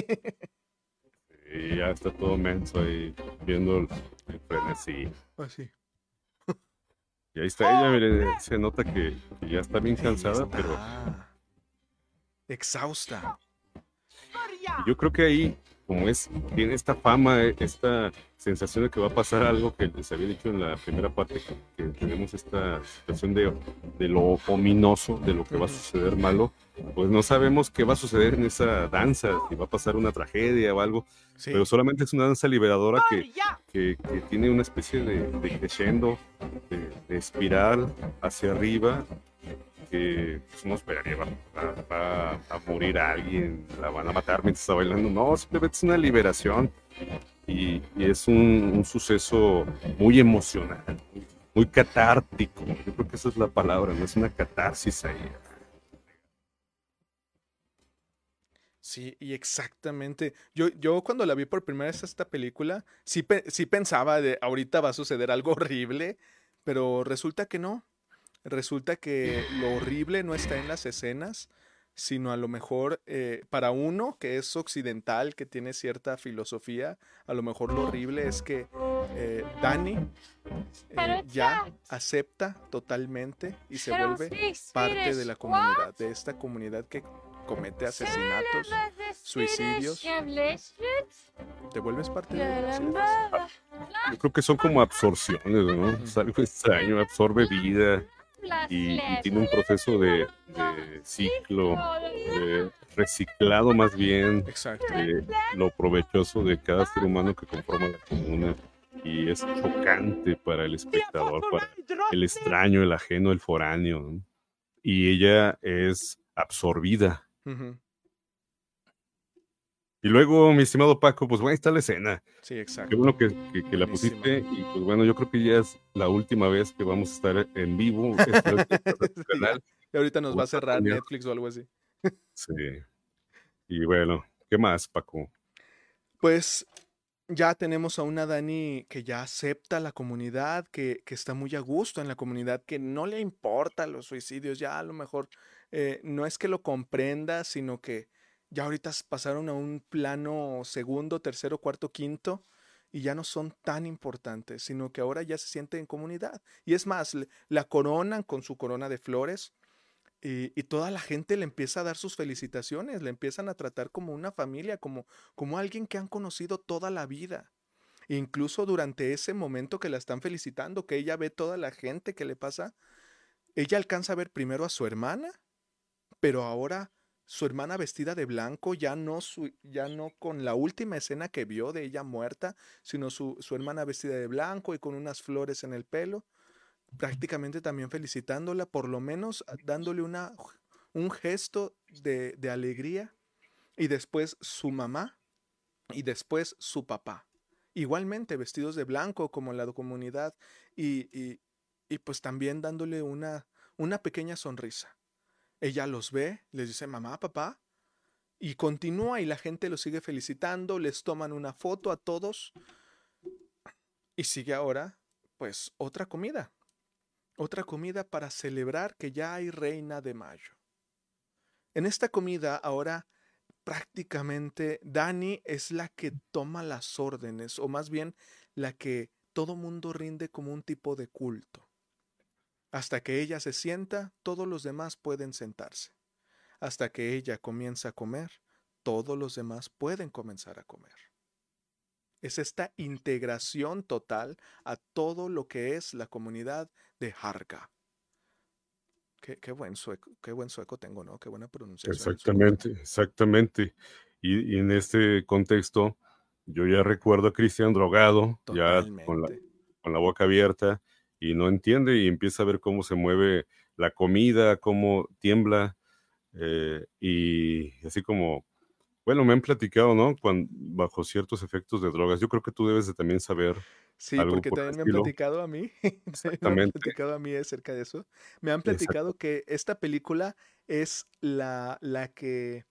Y ya está todo menso ahí viendo el frenesí. Así. Y ahí está ella, mire, se nota que ya está bien cansada, Está pero exhausta. y yo creo que ahí, como tiene esta fama, esta sensación de que va a pasar algo que les había dicho en la primera parte, que tenemos esta situación de lo ominoso, de lo que va a suceder malo, pues no sabemos qué va a suceder en esa danza, si va a pasar una tragedia o algo, Sí. pero solamente es una danza liberadora que tiene una especie de crescendo, de espiral hacia arriba, que pues, uno esperaría va a morir a alguien, la van a matar mientras está bailando. No, simplemente es una liberación y es un suceso muy emocional, muy catártico. Yo creo que esa es la palabra, no es una catarsis ahí. Sí, y exactamente. Yo cuando la vi por primera vez esta película, sí pensaba de ahorita va a suceder algo horrible, pero resulta que no. Resulta que lo horrible no está en las escenas, sino a lo mejor para uno que es occidental, que tiene cierta filosofía, a lo mejor lo horrible es que Dani ya acepta totalmente y se vuelve parte de la comunidad, de esta comunidad que comete asesinatos, suicidios. Te vuelves parte de ellos. Yo creo que son como absorciones, ¿no? Es algo extraño, absorbe vida y tiene un proceso de ciclo, de reciclado más bien, Exacto. de lo provechoso de cada ser humano que conforma la comuna. Y es chocante para el espectador, para el extraño, el ajeno, el foráneo, ¿no? Y ella es absorbida. Y luego, mi estimado Paco, pues bueno, ahí está la escena. Sí, exacto. Qué bueno que la pusiste. Y pues bueno, yo creo que ya es la última vez que vamos a estar en vivo. Y ahorita nos va a cerrar Netflix o algo así. Sí. Y bueno, ¿qué más, Paco? Pues ya tenemos a una Dani que ya acepta la comunidad, que está muy a gusto en la comunidad, que no le importa los suicidios, ya a lo mejor no es que lo comprenda, sino que ya ahorita pasaron a un plano segundo, tercero, cuarto, quinto, y ya no son tan importantes, sino que ahora ya se siente en comunidad. Y es más, la coronan con su corona de flores. Y toda la gente le empieza a dar sus felicitaciones, le empiezan a tratar como una familia, como alguien que han conocido toda la vida. E incluso durante ese momento que la están felicitando, que ella ve toda la gente que le pasa, ella alcanza a ver primero a su hermana, pero ahora su hermana vestida de blanco, ya no con la última escena que vio de ella muerta, sino su hermana vestida de blanco y con unas flores en el pelo, prácticamente también felicitándola, por lo menos dándole un gesto de alegría, y después su mamá y después su papá, igualmente vestidos de blanco como la comunidad, y pues también dándole una pequeña sonrisa. Ella los ve, les dice mamá, papá, y continúa y la gente los sigue felicitando, les toman una foto a todos y sigue ahora pues otra comida para celebrar que ya hay Reina de Mayo. En esta comida ahora prácticamente Dani es la que toma las órdenes, o más bien la que todo mundo rinde como un tipo de culto. Hasta que ella se sienta, todos los demás pueden sentarse. Hasta que ella comienza a comer, todos los demás pueden comenzar a comer. Es esta integración total a todo lo que es la comunidad de Harga. Qué buen sueco tengo, ¿no? Qué buena pronunciación. Exactamente. Y en este contexto, yo ya recuerdo a Cristian drogado, Totalmente. ya con la boca abierta, y no entiende y empieza a ver cómo se mueve la comida, cómo tiembla, y así como Bueno, me han platicado, ¿no? Bajo ciertos efectos de drogas. Yo creo que tú debes de también saber Sí, algo porque por el también me han estilo. platicado a mí, también me han Exactamente, platicado a mí acerca de eso. Me han exacto. platicado que esta película es la que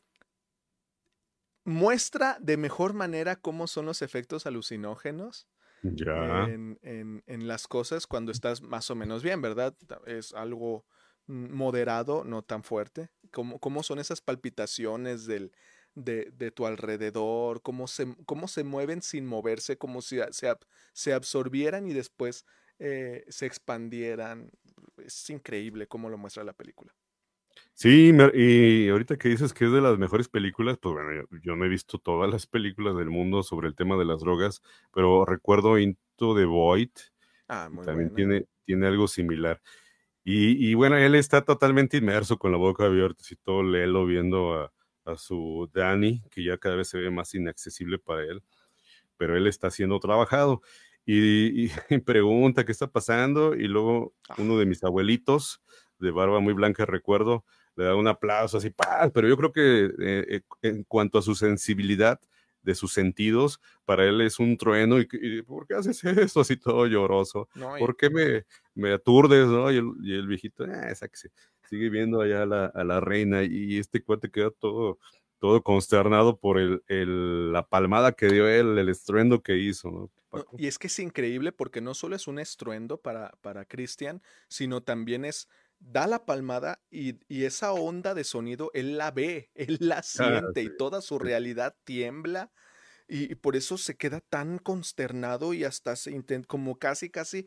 muestra de mejor manera cómo son los efectos alucinógenos Ya. en las cosas cuando estás más o menos bien, ¿verdad? Es algo moderado, no tan fuerte. Cómo son esas palpitaciones de tu alrededor, cómo se mueven sin moverse, como si se absorbieran y después se expandieran. Es increíble cómo lo muestra la película. Sí, y ahorita que dices que es de las mejores películas, pues bueno, yo no he visto todas las películas del mundo sobre el tema de las drogas, pero recuerdo Into the Void, Ah, y muy también buena. tiene algo similar. Y bueno, él está totalmente inmerso con la boca abierta, y todo lelo viendo a su Danny, que ya cada vez se ve más inaccesible para él, pero él está siendo trabajado. Y pregunta qué está pasando, y luego uno de Ah, mis abuelitos, de barba muy blanca, recuerdo, le da un aplauso así, ¡pah! Pero yo creo que en cuanto a su sensibilidad de sus sentidos, para él es un trueno, y ¿por qué haces eso así todo lloroso? no, ¿Por qué me aturdes, no? Y el viejito, sáquese, sigue viendo allá a la reina, y este cuate queda todo consternado por la palmada que dio él, el estruendo que hizo, ¿no, no, Paco? y es que es increíble porque no solo es un estruendo para Christian, sino también da la palmada y esa onda de sonido, él la ve, él la Ah, siente y sí, toda su sí. realidad tiembla y por eso se queda tan consternado y hasta se intenta, como casi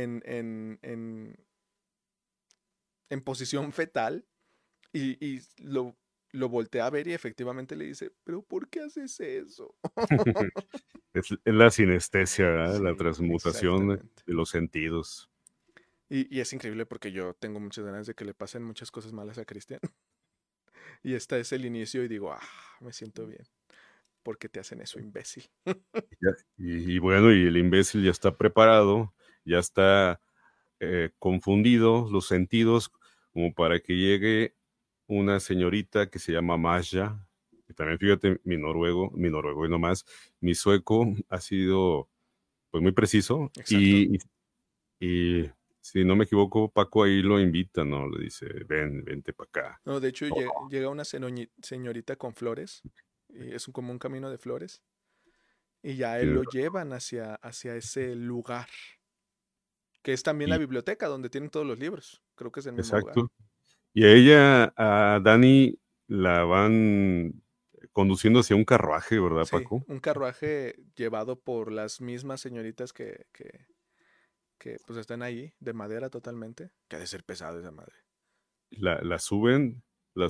en posición fetal y lo voltea a ver y efectivamente le dice, pero ¿por qué haces eso? Es la sinestesia, ¿verdad? La Sí, transmutación exactamente. de los sentidos. Y es increíble porque yo tengo muchas ganas de que le pasen muchas cosas malas a Cristian. Y este es el inicio y digo, me siento bien. ¿Por qué te hacen eso, imbécil? Y bueno, y el imbécil ya está preparado, ya está confundido los sentidos, como para que llegue una señorita que se llama Masha, y también fíjate, mi noruego y no más, mi sueco ha sido pues muy preciso, Exacto. y si no me equivoco, Paco ahí lo invita, ¿no? Le dice, vente para acá. No, de hecho, No, llega una señorita con flores. Y es como un camino de flores. Y ya él tiene- lo llevan hacia ese lugar. Que es también la y, biblioteca donde tienen todos los libros. Creo que es el mismo lugar. exacto. Y a ella, a Dani, la van conduciendo hacia un carruaje, ¿verdad, Sí, Paco? un carruaje llevado por las mismas señoritas que pues están ahí, de madera totalmente. Que ha de ser pesado esa madre. La suben,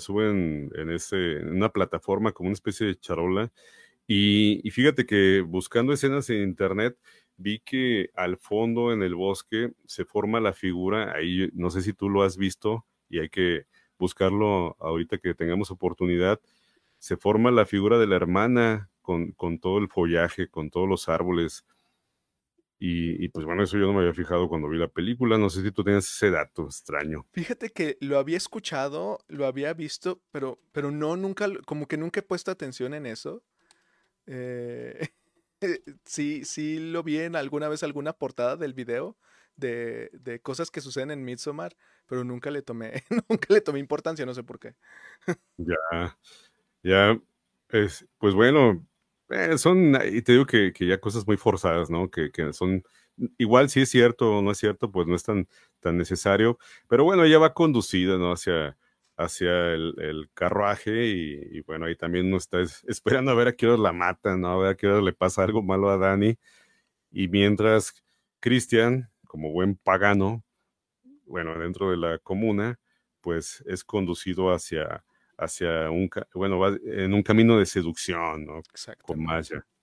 en una plataforma como una especie de charola. Y fíjate que buscando escenas en internet, vi que al fondo en el bosque se forma la figura, ahí no sé si tú lo has visto y hay que buscarlo ahorita que tengamos oportunidad, se forma la figura de la hermana con todo el follaje, con todos los árboles. Y pues bueno, eso yo no me había fijado cuando vi la película, no sé si tú tienes ese dato extraño. Fíjate que lo había escuchado, lo había visto, pero no, nunca, como que nunca he puesto atención en eso. Eh, sí, sí lo vi en alguna vez alguna portada del video de cosas que suceden en Midsommar, pero nunca le tomé, nunca le tomé importancia, no sé por qué. Ya, ya, pues bueno, y te digo que ya cosas muy forzadas, ¿no? Que son, igual si es cierto o no es cierto, pues no es tan necesario, pero bueno, ella va conducida, ¿no? Hacia el carruaje y bueno, ahí también uno está esperando a ver a qué horas la matan, ¿no? A ver a qué horas le pasa algo malo a Dani, y mientras Christian, como buen pagano, bueno, dentro de la comuna, pues es conducido bueno, va en un camino de seducción, ¿no? Con Exactamente. Maya.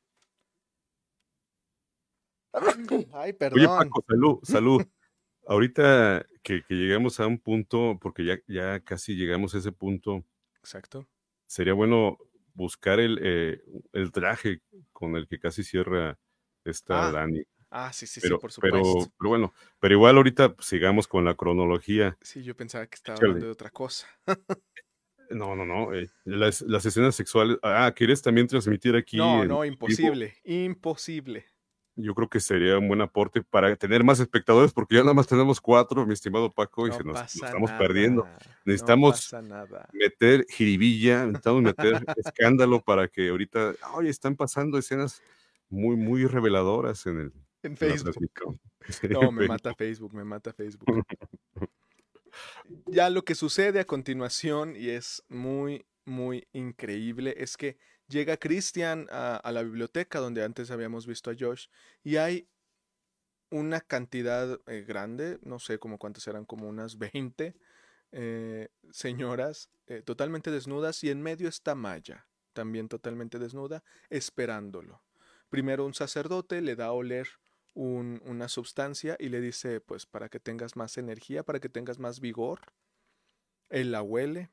Ay, Oye, perdón. Paco, salud, salud. Ahorita que lleguemos a un punto, porque ya casi llegamos a ese punto, Exacto. sería bueno buscar el traje con el que casi cierra esta Ah, Dani. sí, sí, sí, Pero, por supuesto. pero, pero bueno, pero igual ahorita pues, sigamos con la cronología. Sí, yo pensaba que estaba Échale. hablando de otra cosa. No. Las escenas sexuales. ¿Quieres también transmitir aquí No, en no, vivo? imposible, imposible. Yo creo que sería un buen aporte para tener más espectadores, porque ya nada más tenemos 4, mi estimado Paco, y No nos pasa estamos perdiendo. nada, no Necesitamos pasa nada. meter jiribilla, necesitamos meter escándalo para que ahorita, oye, están pasando escenas muy, muy reveladoras En en la Facebook. transmisión. Sí, No, en me mata Facebook. Facebook, me mata Facebook. Ya lo que sucede a continuación, y es muy, muy increíble, es que llega Christian a la biblioteca donde antes habíamos visto a Josh, y hay una cantidad grande, no sé como cuántas eran, como unas 20 señoras totalmente desnudas, y en medio está Maya, también totalmente desnuda, esperándolo. Primero un sacerdote le da a oler una sustancia y le dice, pues para que tengas más energía, para que tengas más vigor. Él la huele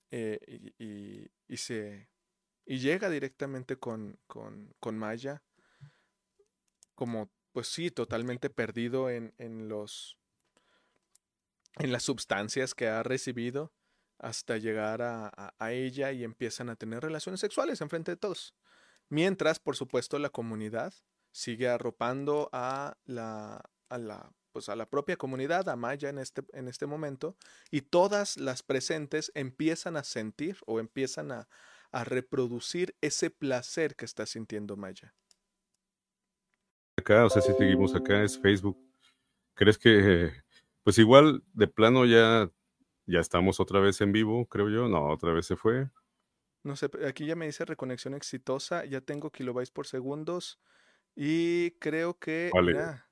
y llega directamente con Maya, como, pues sí, totalmente perdido en las sustancias que ha recibido, hasta llegar a ella, y empiezan a tener relaciones sexuales enfrente de todos. Mientras, por supuesto, la comunidad sigue arropando pues a la propia comunidad, a Maya en este momento, y todas las presentes empiezan a sentir o empiezan a reproducir ese placer que está sintiendo Maya. Acá, o sea, si seguimos acá, es Facebook. ¿Crees que, pues igual, de plano ya estamos otra vez en vivo, creo yo? No, otra vez se fue. No sé, aquí ya me dice reconexión exitosa, ya tengo kilobytes por segundos, y creo que, Vale, mira,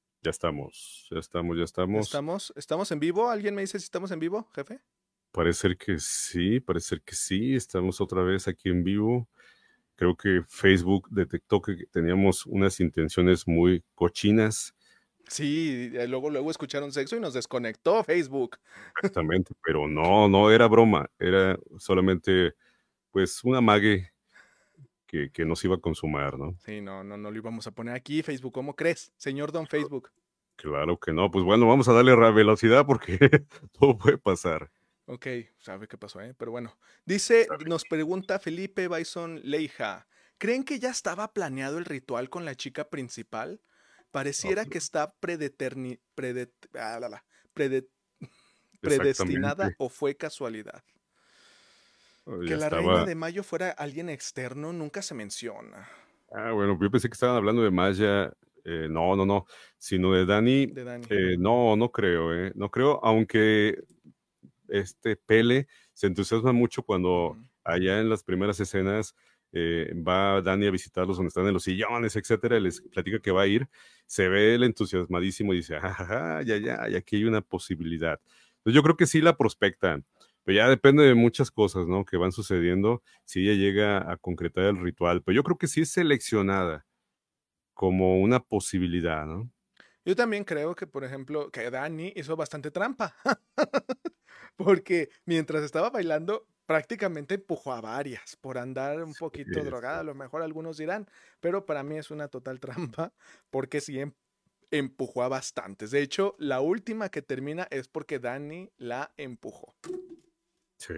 ya estamos. ¿estamos en vivo? ¿Alguien me dice si estamos en vivo, jefe? Parece que sí, estamos otra vez aquí en vivo. Creo que Facebook detectó que teníamos unas intenciones muy cochinas, Sí, luego escucharon sexo y nos desconectó Facebook. exactamente, pero no era broma, era solamente pues una mague que nos iba a consumar, ¿no? Sí, no lo íbamos a poner aquí, Facebook. ¿Cómo crees, señor Don Facebook? Claro que no, pues bueno, vamos a darle velocidad porque todo puede pasar. Ok, sabe qué pasó, ¿eh? Pero bueno. Dice, nos pregunta Felipe Bison Leija. ¿Creen que ya estaba planeado el ritual con la chica principal? Pareciera que está prede- predestinada, Exactamente. o fue casualidad. Que Ya la reina estaba. de Mayo fuera alguien externo nunca se menciona. Bueno, yo pensé que estaban hablando de Maya. No, sino de Dani. De Dani. No creo, no creo, aunque Pele se entusiasma mucho cuando Ujú. allá en las primeras escenas va Dani a visitarlos donde están en los sillones, etcétera, les platica que va a ir, se ve el entusiasmadísimo y dice, ya, y aquí hay una posibilidad. Entonces yo creo que sí la prospectan, pero ya depende de muchas cosas, ¿no? Que van sucediendo, si ella llega a concretar el ritual, pero yo creo que sí es seleccionada como una posibilidad, ¿no? Yo también creo que, por ejemplo, que Dani hizo bastante trampa. Porque mientras estaba bailando, prácticamente empujó a varias por andar un poquito drogada. A lo mejor algunos dirán, pero para mí es una total trampa, porque sí empujó a bastantes. De hecho, la última que termina es porque Dani la empujó. Sí.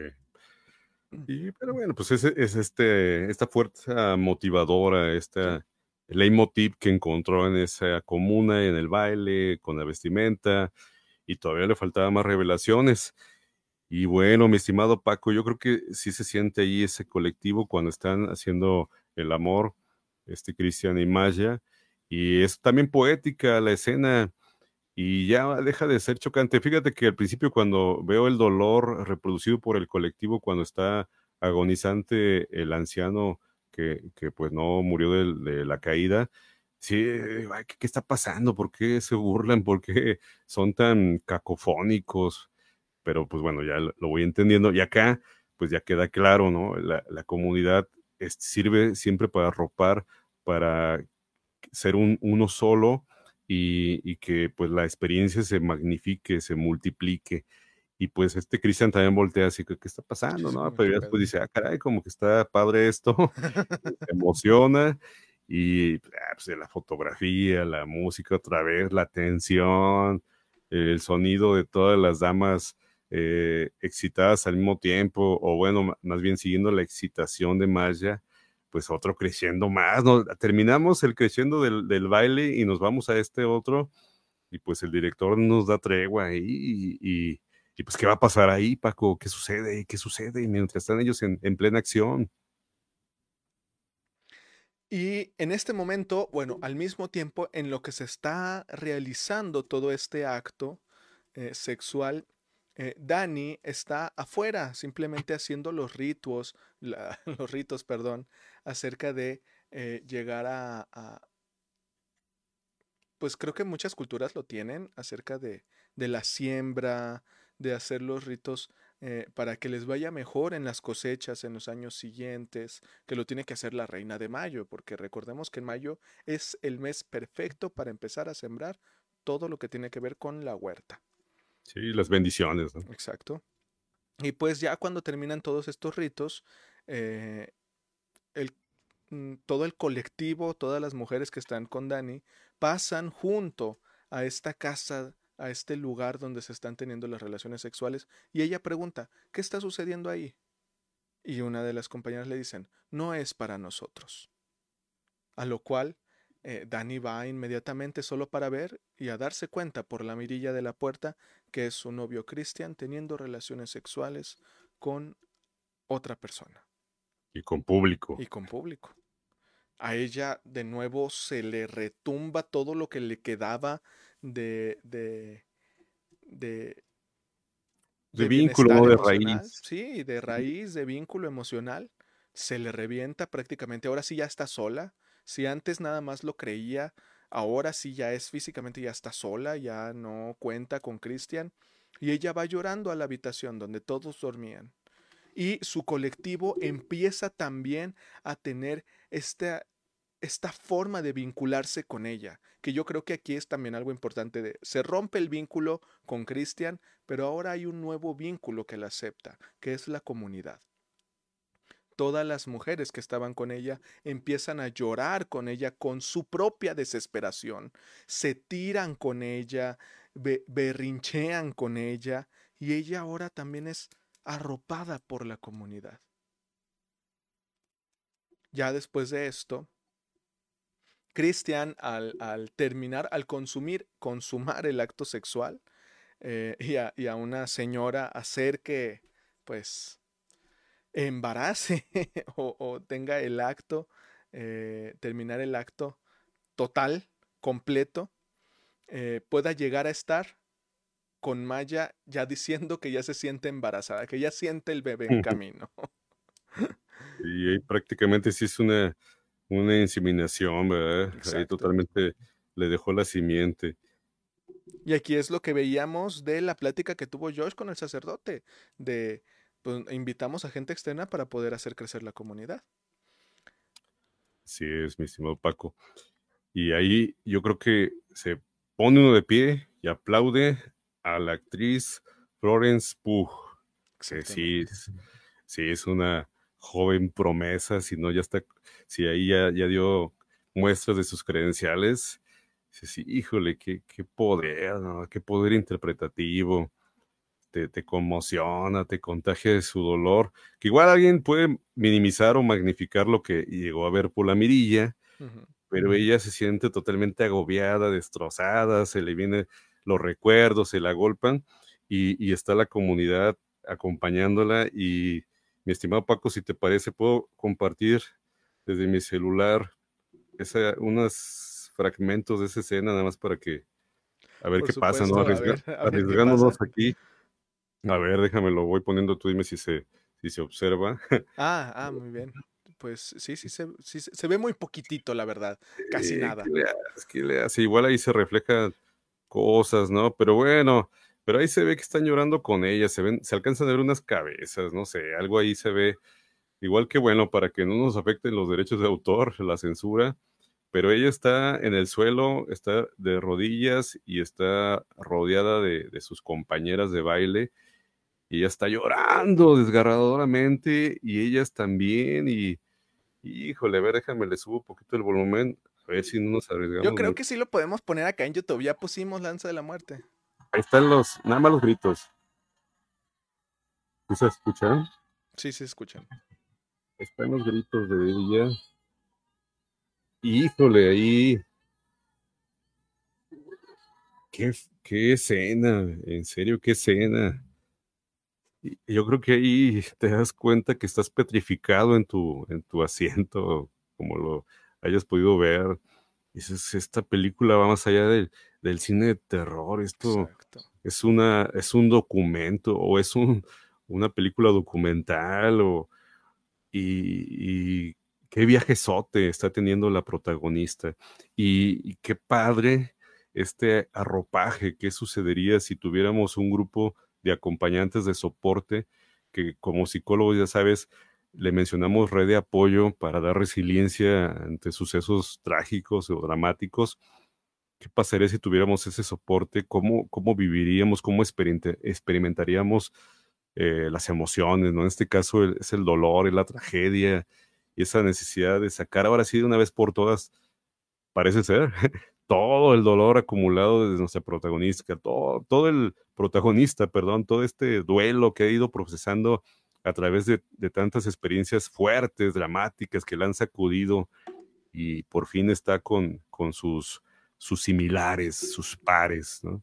Pero bueno, pues es esta fuerza motivadora, esta leitmotiv que encontró en esa comuna, en el baile, con la vestimenta, y todavía le faltaban más revelaciones. Y bueno, mi estimado Paco, yo creo que sí se siente ahí ese colectivo cuando están haciendo el amor, Cristian y Maya, y es también poética la escena, y ya deja de ser chocante. Fíjate que al principio cuando veo el dolor reproducido por el colectivo cuando está agonizante el anciano que pues no murió de la caída, sí, ay, ¿qué está pasando? ¿Por qué se burlan? ¿Por qué son tan cacofónicos? Pero pues bueno, ya lo voy entendiendo. Y acá pues ya queda claro, ¿no? La comunidad sirve siempre para arropar, para ser uno solo y que pues la experiencia se magnifique, se multiplique. Y pues Cristian también voltea así que, ¿qué está Sí, pasando, sí, no? como, Pero ¿qué ya pedo? después dice, caray, como que está padre esto, se emociona y pues, la fotografía, la música otra vez, la tensión, el sonido de todas las damas excitadas al mismo tiempo, o bueno, más bien siguiendo la excitación de Maya, pues otro creciendo más, ¿no? Terminamos el creciendo del baile y nos vamos a este otro, y pues el director nos da tregua ahí, y pues ¿qué va a pasar ahí, Paco? ¿Qué sucede? ¿Qué sucede? Y mientras están ellos en plena acción. Y en este momento, bueno, al mismo tiempo en lo que se está realizando todo este acto sexual, Dani está afuera, simplemente haciendo los ritos, los ritos, perdón, acerca de llegar pues creo que muchas culturas lo tienen acerca de la siembra, de hacer los ritos para que les vaya mejor en las cosechas en los años siguientes, que lo tiene que hacer la reina de mayo, porque recordemos que en mayo es el mes perfecto para empezar a sembrar todo lo que tiene que ver con la huerta. Sí, las bendiciones, ¿no? Exacto. Y pues ya cuando terminan todos estos ritos, eh, el todo el colectivo, todas las mujeres que están con Dani, pasan junto a esta casa, a este lugar donde se están teniendo las relaciones sexuales, y ella pregunta, ¿qué está sucediendo ahí? Y una de las compañeras le dicen, no es para nosotros. A lo cual Dani va inmediatamente solo para ver y a darse cuenta por la mirilla de la puerta que es su novio Christian teniendo relaciones sexuales con otra persona Y con público. y con público. A ella de nuevo se le retumba todo lo que le quedaba de, de, de, De de vínculo, bienestar ¿no? De emocional, raíz. sí, de raíz, de vínculo emocional. Se le revienta prácticamente. Ahora sí ya está sola. Si antes nada más lo creía, ahora sí ya es físicamente, ya está sola, ya no cuenta con Christian. Y ella va llorando a la habitación donde todos dormían. Y su colectivo empieza también a tener esta forma de vincularse con ella, que yo creo que aquí es también algo importante se rompe el vínculo con Cristian, pero ahora hay un nuevo vínculo que la acepta, que es la comunidad. Todas las mujeres que estaban con ella empiezan a llorar con ella con su propia desesperación, se tiran con ella, berrinchean con ella, y ella ahora también es arropada por la comunidad. Ya después de esto, Cristian al terminar, al consumar el acto sexual y a una señora hacer que pues embarace o tenga el acto, terminar el acto total, completo, pueda llegar a estar con Maya ya diciendo que ya se siente embarazada, que ya siente el bebé en camino. Y ahí prácticamente sí es una inseminación, ¿verdad? Ahí Exacto. totalmente le dejó la simiente. Y aquí es lo que veíamos de la plática que tuvo Josh con el sacerdote, de pues, invitamos a gente externa para poder hacer crecer la comunidad. Sí es, mi estimado Paco. Y ahí yo creo que se pone uno de pie y aplaude a la actriz Florence Pugh, que Exactamente. sí es una joven promesa, si no ya está, si ahí ya dio muestras de sus credenciales. Sí, híjole, qué poder, ¿no? Qué poder interpretativo. Te conmociona, te contagia de su dolor, que igual alguien puede minimizar o magnificar lo que llegó a ver por la mirilla, Ujú. pero ella se siente totalmente agobiada, destrozada, se le vienen los recuerdos, se la agolpan y está la comunidad acompañándola. Y mi estimado Paco, si te parece, puedo compartir desde mi celular unos fragmentos de esa escena, nada más para que, a ver Por qué pasa, ¿no? supuesto, a ver qué Arriesgándonos pasa. aquí. A ver, déjame, lo voy poniendo, tú dime si se observa. Muy bien. Pues sí, se ve muy poquitito, la verdad. Casi ¿Qué nada. le hace? ¿Qué le hace? Igual ahí se reflejan cosas, ¿no? Pero bueno, pero ahí se ve que están llorando con ella, se alcanzan a ver unas cabezas, no sé, algo ahí se ve. Igual que bueno, para que no nos afecten los derechos de autor, la censura, pero ella está en el suelo, está de rodillas y está rodeada de sus compañeras de baile y ella está llorando desgarradoramente y ellas también y híjole, a ver, déjame, le subo un poquito el volumen, a ver si no nos Yo arriesgamos creo que mucho. sí lo podemos poner acá en YouTube. Ya pusimos Lanza de la Muerte. Ahí están nada más los gritos. ¿Sí se escucha? Sí, sí, escuchan. Están los gritos de ella. Híjole, ahí, qué, qué escena, en serio, qué escena. Y yo creo que ahí te das cuenta que estás petrificado en tu asiento, como lo hayas podido ver. Dices, esta película va más allá del cine de terror. Esto Exacto. es un documento o es una película documental y qué viajezote está teniendo la protagonista. Y qué padre este arropaje, qué sucedería si tuviéramos un grupo de acompañantes de soporte que como psicólogos, ya sabes, le mencionamos red de apoyo para dar resiliencia ante sucesos trágicos o dramáticos. ¿Qué pasaría si tuviéramos ese soporte? ¿Cómo viviríamos? ¿Cómo experimentaríamos las emociones, ¿no? En este caso es el dolor, es la tragedia y esa necesidad de sacar ahora sí de una vez por todas, parece ser, todo el dolor acumulado desde nuestra protagonista, todo el protagonista, perdón, todo este duelo que ha ido procesando a través de tantas experiencias fuertes, dramáticas que le han sacudido y por fin está con sus similares, sus pares, ¿no?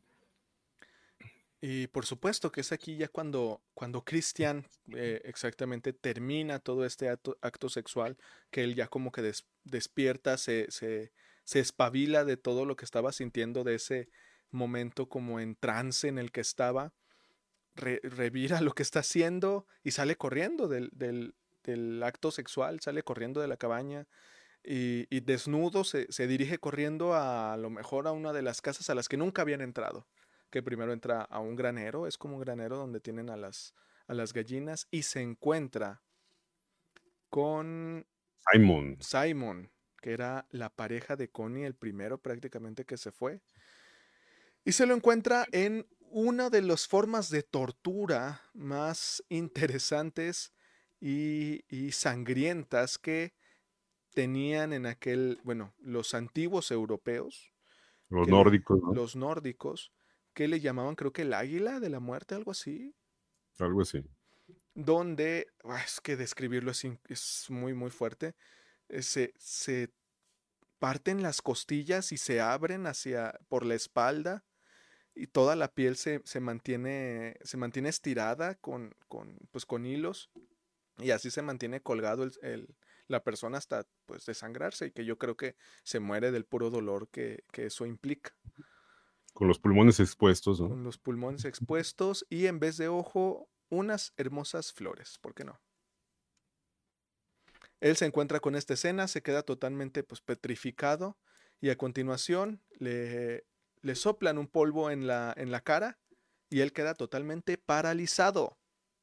Y por supuesto que es aquí ya cuando Christian exactamente termina todo este acto sexual, que él ya como que despierta, se espabila de todo lo que estaba sintiendo de ese momento como en trance en el que estaba, revira lo que está haciendo y sale corriendo del acto sexual, sale corriendo de la cabaña y desnudo se dirige corriendo a lo mejor a una de las casas a las que nunca habían entrado. Que primero entra a un granero, es como un granero donde tienen a las gallinas y se encuentra con Simon, Simon, que era la pareja de Connie, el primero prácticamente que se fue. Y se lo encuentra en una de las formas de tortura más interesantes y sangrientas que tenían en aquel, bueno, los antiguos europeos, los nórdicos, ¿no? los nórdicos, que le llamaban creo que el águila de la muerte, algo así, Algo así. donde, es que describirlo es muy, muy fuerte, se parten las costillas y se abren hacia, por la espalda y toda la piel se mantiene estirada pues, con hilos y así se mantiene colgado la persona hasta pues desangrarse y que yo creo que se muere del puro dolor que eso implica. Con los pulmones expuestos, ¿no? Con los pulmones expuestos y en vez de ojo, unas hermosas flores, ¿por qué no? Él se encuentra con esta escena, se queda totalmente pues, petrificado y a continuación le soplan un polvo en la cara y él queda totalmente paralizado.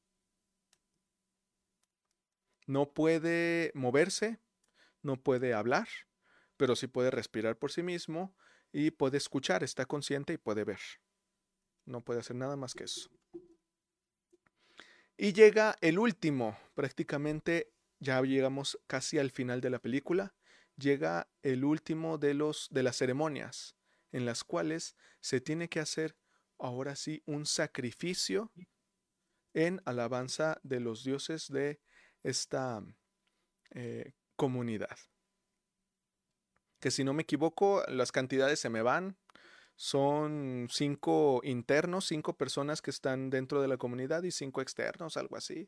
No puede moverse, no puede hablar, pero sí puede respirar por sí mismo y puede escuchar, está consciente y puede ver. No puede hacer nada más que eso. Y llega el último, prácticamente ya llegamos casi al final de la película, llega el último de las ceremonias en las cuales se tiene que hacer ahora sí un sacrificio en alabanza de los dioses de esta comunidad. Que si no me equivoco, las cantidades se me van. Son 5 internos, 5 personas que están dentro de la comunidad y 5 externos, algo así.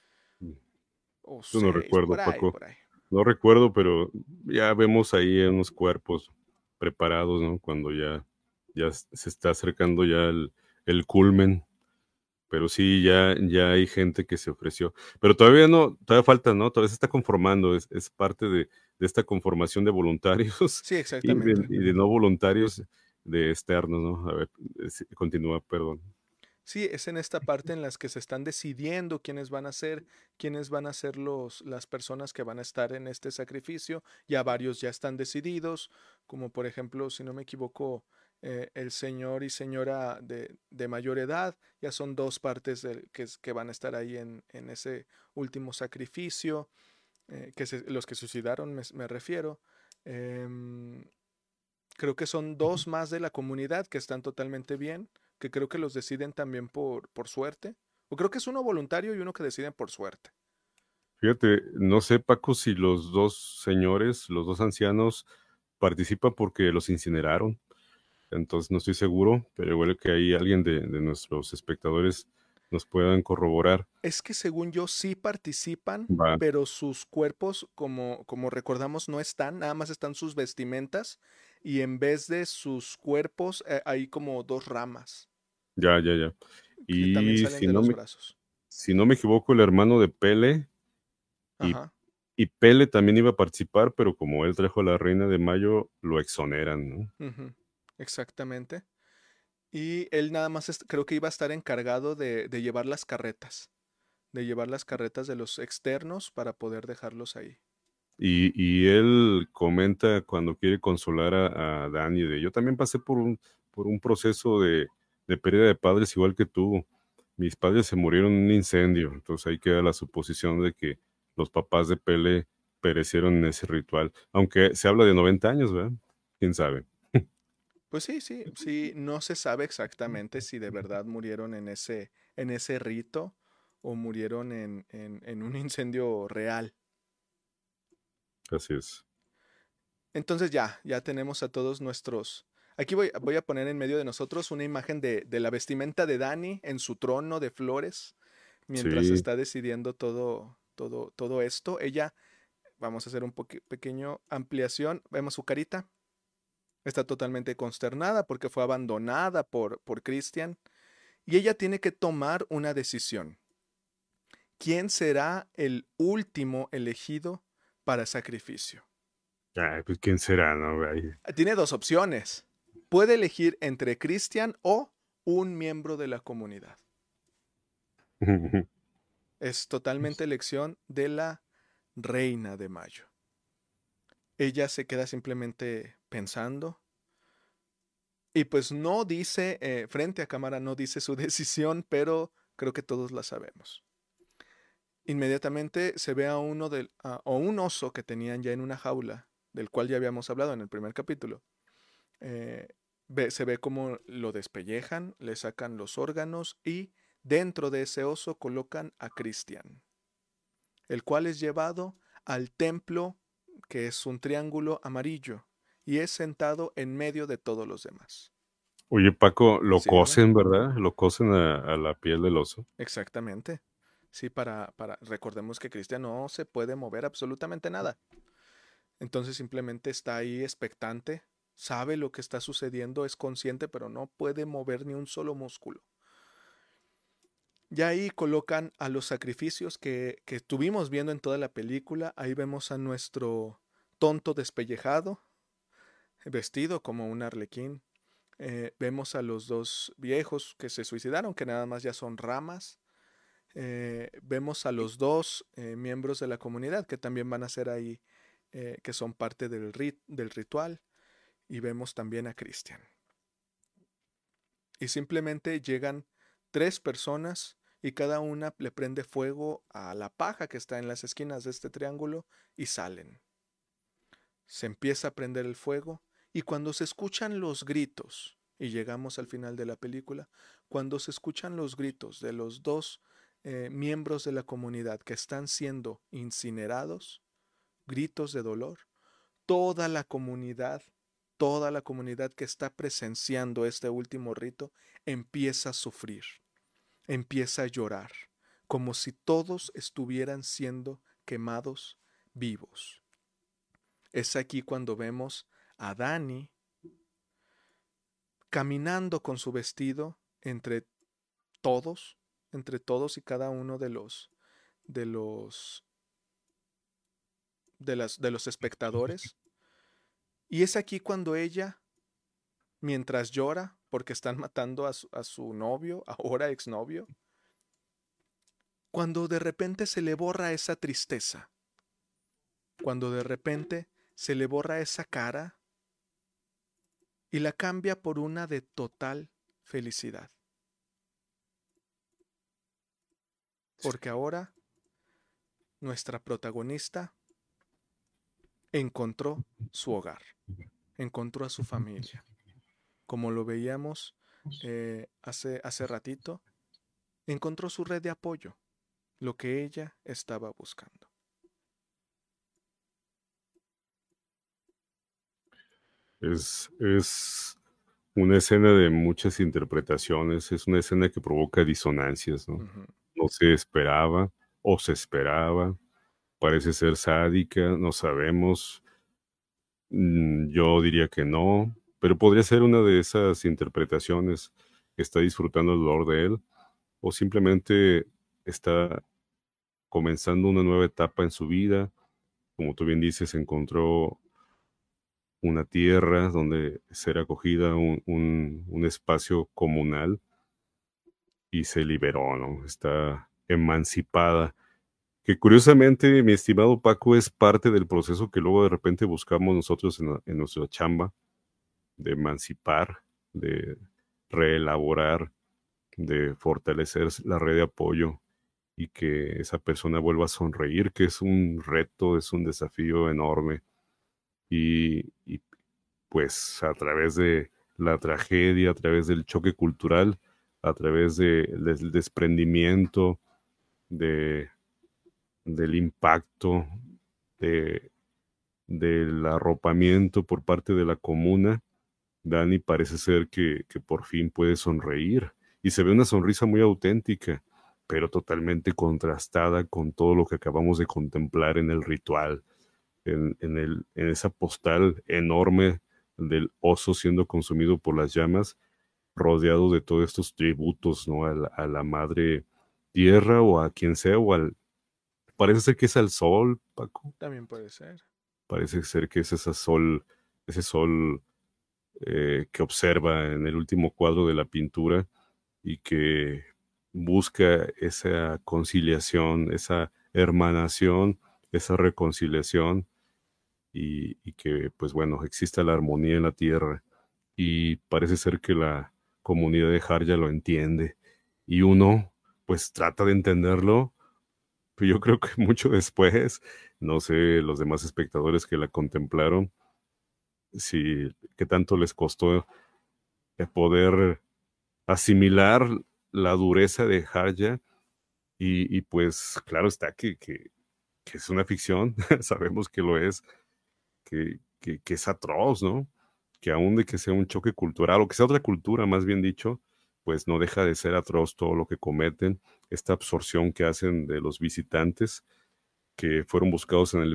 O Yo no 6 recuerdo, por ahí, Paco. por ahí. No recuerdo, pero ya vemos ahí unos cuerpos preparados, ¿no? Cuando ya se está acercando ya el culmen. Pero sí, ya hay gente que se ofreció. Pero todavía no, todavía falta, ¿no? Todavía se está conformando, es parte de esta conformación de voluntarios Sí, exactamente. y de no voluntarios de externos, ¿no? A ver, continúa, perdón. Sí, es en esta parte en las que se están decidiendo quiénes van a ser las personas que van a estar en este sacrificio. Ya varios ya están decididos, como por ejemplo, si no me equivoco, el señor y señora de mayor edad, ya son dos partes que van a estar ahí en ese último sacrificio, los que suicidaron me refiero. Em, Creo que son dos más de la comunidad que están totalmente bien, que creo que los deciden también por suerte O creo que es uno voluntario y uno que deciden por suerte. Fíjate, no sé, Paco, si los dos señores, los dos ancianos, participan porque los incineraron. Entonces no estoy seguro, pero igual que ahí alguien de nuestros espectadores nos puedan corroborar. Es que según yo sí participan, Va, pero sus cuerpos, como recordamos, no están, nada más están sus vestimentas y en vez de sus cuerpos hay como dos ramas ya, ya, ya. que también Y salen de los brazos. si no me equivoco, el hermano de Pele y, Ajá. y Pele también iba a participar, pero como él trajo a la Reina de Mayo, lo exoneran, ¿no? Ujú, exactamente. Y él nada más creo que iba a estar encargado de llevar las carretas, de llevar las carretas de los externos para poder dejarlos ahí. Y él comenta cuando quiere consolar a Dani de yo también pasé por un proceso de pérdida de padres igual que tú. Mis padres se murieron en un incendio, entonces ahí queda la suposición de que los papás de Pele perecieron en ese ritual, aunque se habla de 90 años, ¿verdad? ¿Quién sabe? Pues sí, sí, sí, no se sabe exactamente si de verdad murieron en ese rito o murieron en un incendio real. Así es. Entonces ya tenemos a todos nuestros... Aquí voy a poner en medio de nosotros una imagen de la vestimenta de Dani en su trono de flores, mientras Sí, está decidiendo todo esto. Ella, vamos a hacer un pequeño ampliación, vemos su carita, está totalmente consternada porque fue abandonada por Christian y ella tiene que tomar una decisión. ¿Quién será el último elegido para sacrificio? ay, pues quién será, ¿no? Ay. Tiene dos opciones. Puede elegir entre Christian o un miembro de la comunidad. Es totalmente elección de la Reina de Mayo. Ella se queda simplemente pensando y pues no dice, frente a cámara no dice su decisión, pero creo que todos la sabemos. Inmediatamente se ve a o un oso que tenían ya en una jaula, del cual ya habíamos hablado en el primer capítulo. Eh, se ve cómo lo despellejan, le sacan los órganos y dentro de ese oso colocan a Cristian, el cual es llevado al templo, que es un triángulo amarillo, y es sentado en medio de todos los demás. Oye, Paco, lo Sí, dígame. cosen, ¿verdad? Lo cosen a la piel del oso. Exactamente. Sí, recordemos que Cristian no se puede mover absolutamente nada. Entonces simplemente está ahí expectante, sabe lo que está sucediendo, es consciente, pero no puede mover ni un solo músculo. Ya ahí colocan a los sacrificios que estuvimos viendo en toda la película. Ahí vemos a nuestro tonto despellejado, vestido como un arlequín. Vemos a los dos viejos que se suicidaron, que nada más ya son ramas. Vemos a los dos miembros de la comunidad que también van a ser ahí, que son parte del ritual. Y vemos también a Christian. Y simplemente llegan tres personas y cada una le prende fuego a la paja que está en las esquinas de este triángulo y salen. Se empieza a prender el fuego y cuando se escuchan los gritos, y llegamos al final de la película, cuando se escuchan los gritos de los dos miembros de la comunidad que están siendo incinerados, gritos de dolor, toda la comunidad, toda la comunidad que está presenciando este último rito empieza a sufrir, empieza a llorar, como si todos estuvieran siendo quemados vivos. Es aquí cuando vemos a Dani caminando con su vestido todos, entre todos y cada uno de los de los espectadores. Y es aquí cuando ella, mientras llora porque están matando a su novio, ahora exnovio, cuando de repente se le borra esa tristeza, cuando de repente se le borra esa cara y la cambia por una de total felicidad. Porque ahora nuestra protagonista encontró su hogar, encontró a su familia, como lo veíamos hace ratito. encontró su red de apoyo, lo que ella estaba buscando. Es una escena de muchas interpretaciones, es una escena que provoca disonancias, ¿no? Ujú. No se esperaba o se esperaba, parece ser sádica, no sabemos. Yo diría que no, pero podría ser una de esas interpretaciones que está disfrutando el dolor de él, o simplemente está comenzando una nueva etapa en su vida. Como tú bien dices, encontró una tierra donde ser acogida, un espacio comunal y se liberó, ¿no? Está emancipada. Que curiosamente, mi estimado Paco, es parte del proceso que luego de repente buscamos nosotros en nuestra chamba, de emancipar, de reelaborar, de fortalecer la red de apoyo y que esa persona vuelva a sonreír, que es un reto, es un desafío enorme. Y pues a través de la tragedia, a través del choque cultural, a través del desprendimiento, de, del impacto, de, del arropamiento por parte de la comuna, Dani parece ser que por fin puede sonreír y se ve una sonrisa muy auténtica, pero totalmente contrastada con todo lo que acabamos de contemplar en el ritual, en esa postal enorme del oso siendo consumido por las llamas, rodeado de todos estos tributos, ¿no? A la madre tierra o a quien sea, parece ser que es al sol, Paco, También puede ser. parece ser que es ese sol que observa en el último cuadro de la pintura y que busca esa conciliación, esa hermanación, esa reconciliación y que, pues bueno, exista la armonía en la tierra. Y parece ser que la comunidad de Harja lo entiende y uno, pues trata de entenderlo, pero yo creo que mucho después, no sé, los demás espectadores que la contemplaron, si qué tanto les costó poder asimilar la dureza de Harja y pues claro está que es una ficción, sabemos que lo es, que es atroz, ¿no? Que aún de que sea un choque cultural o que sea otra cultura, más bien dicho, pues no deja de ser atroz todo lo que cometen, esta absorción que hacen de los visitantes que fueron buscados en el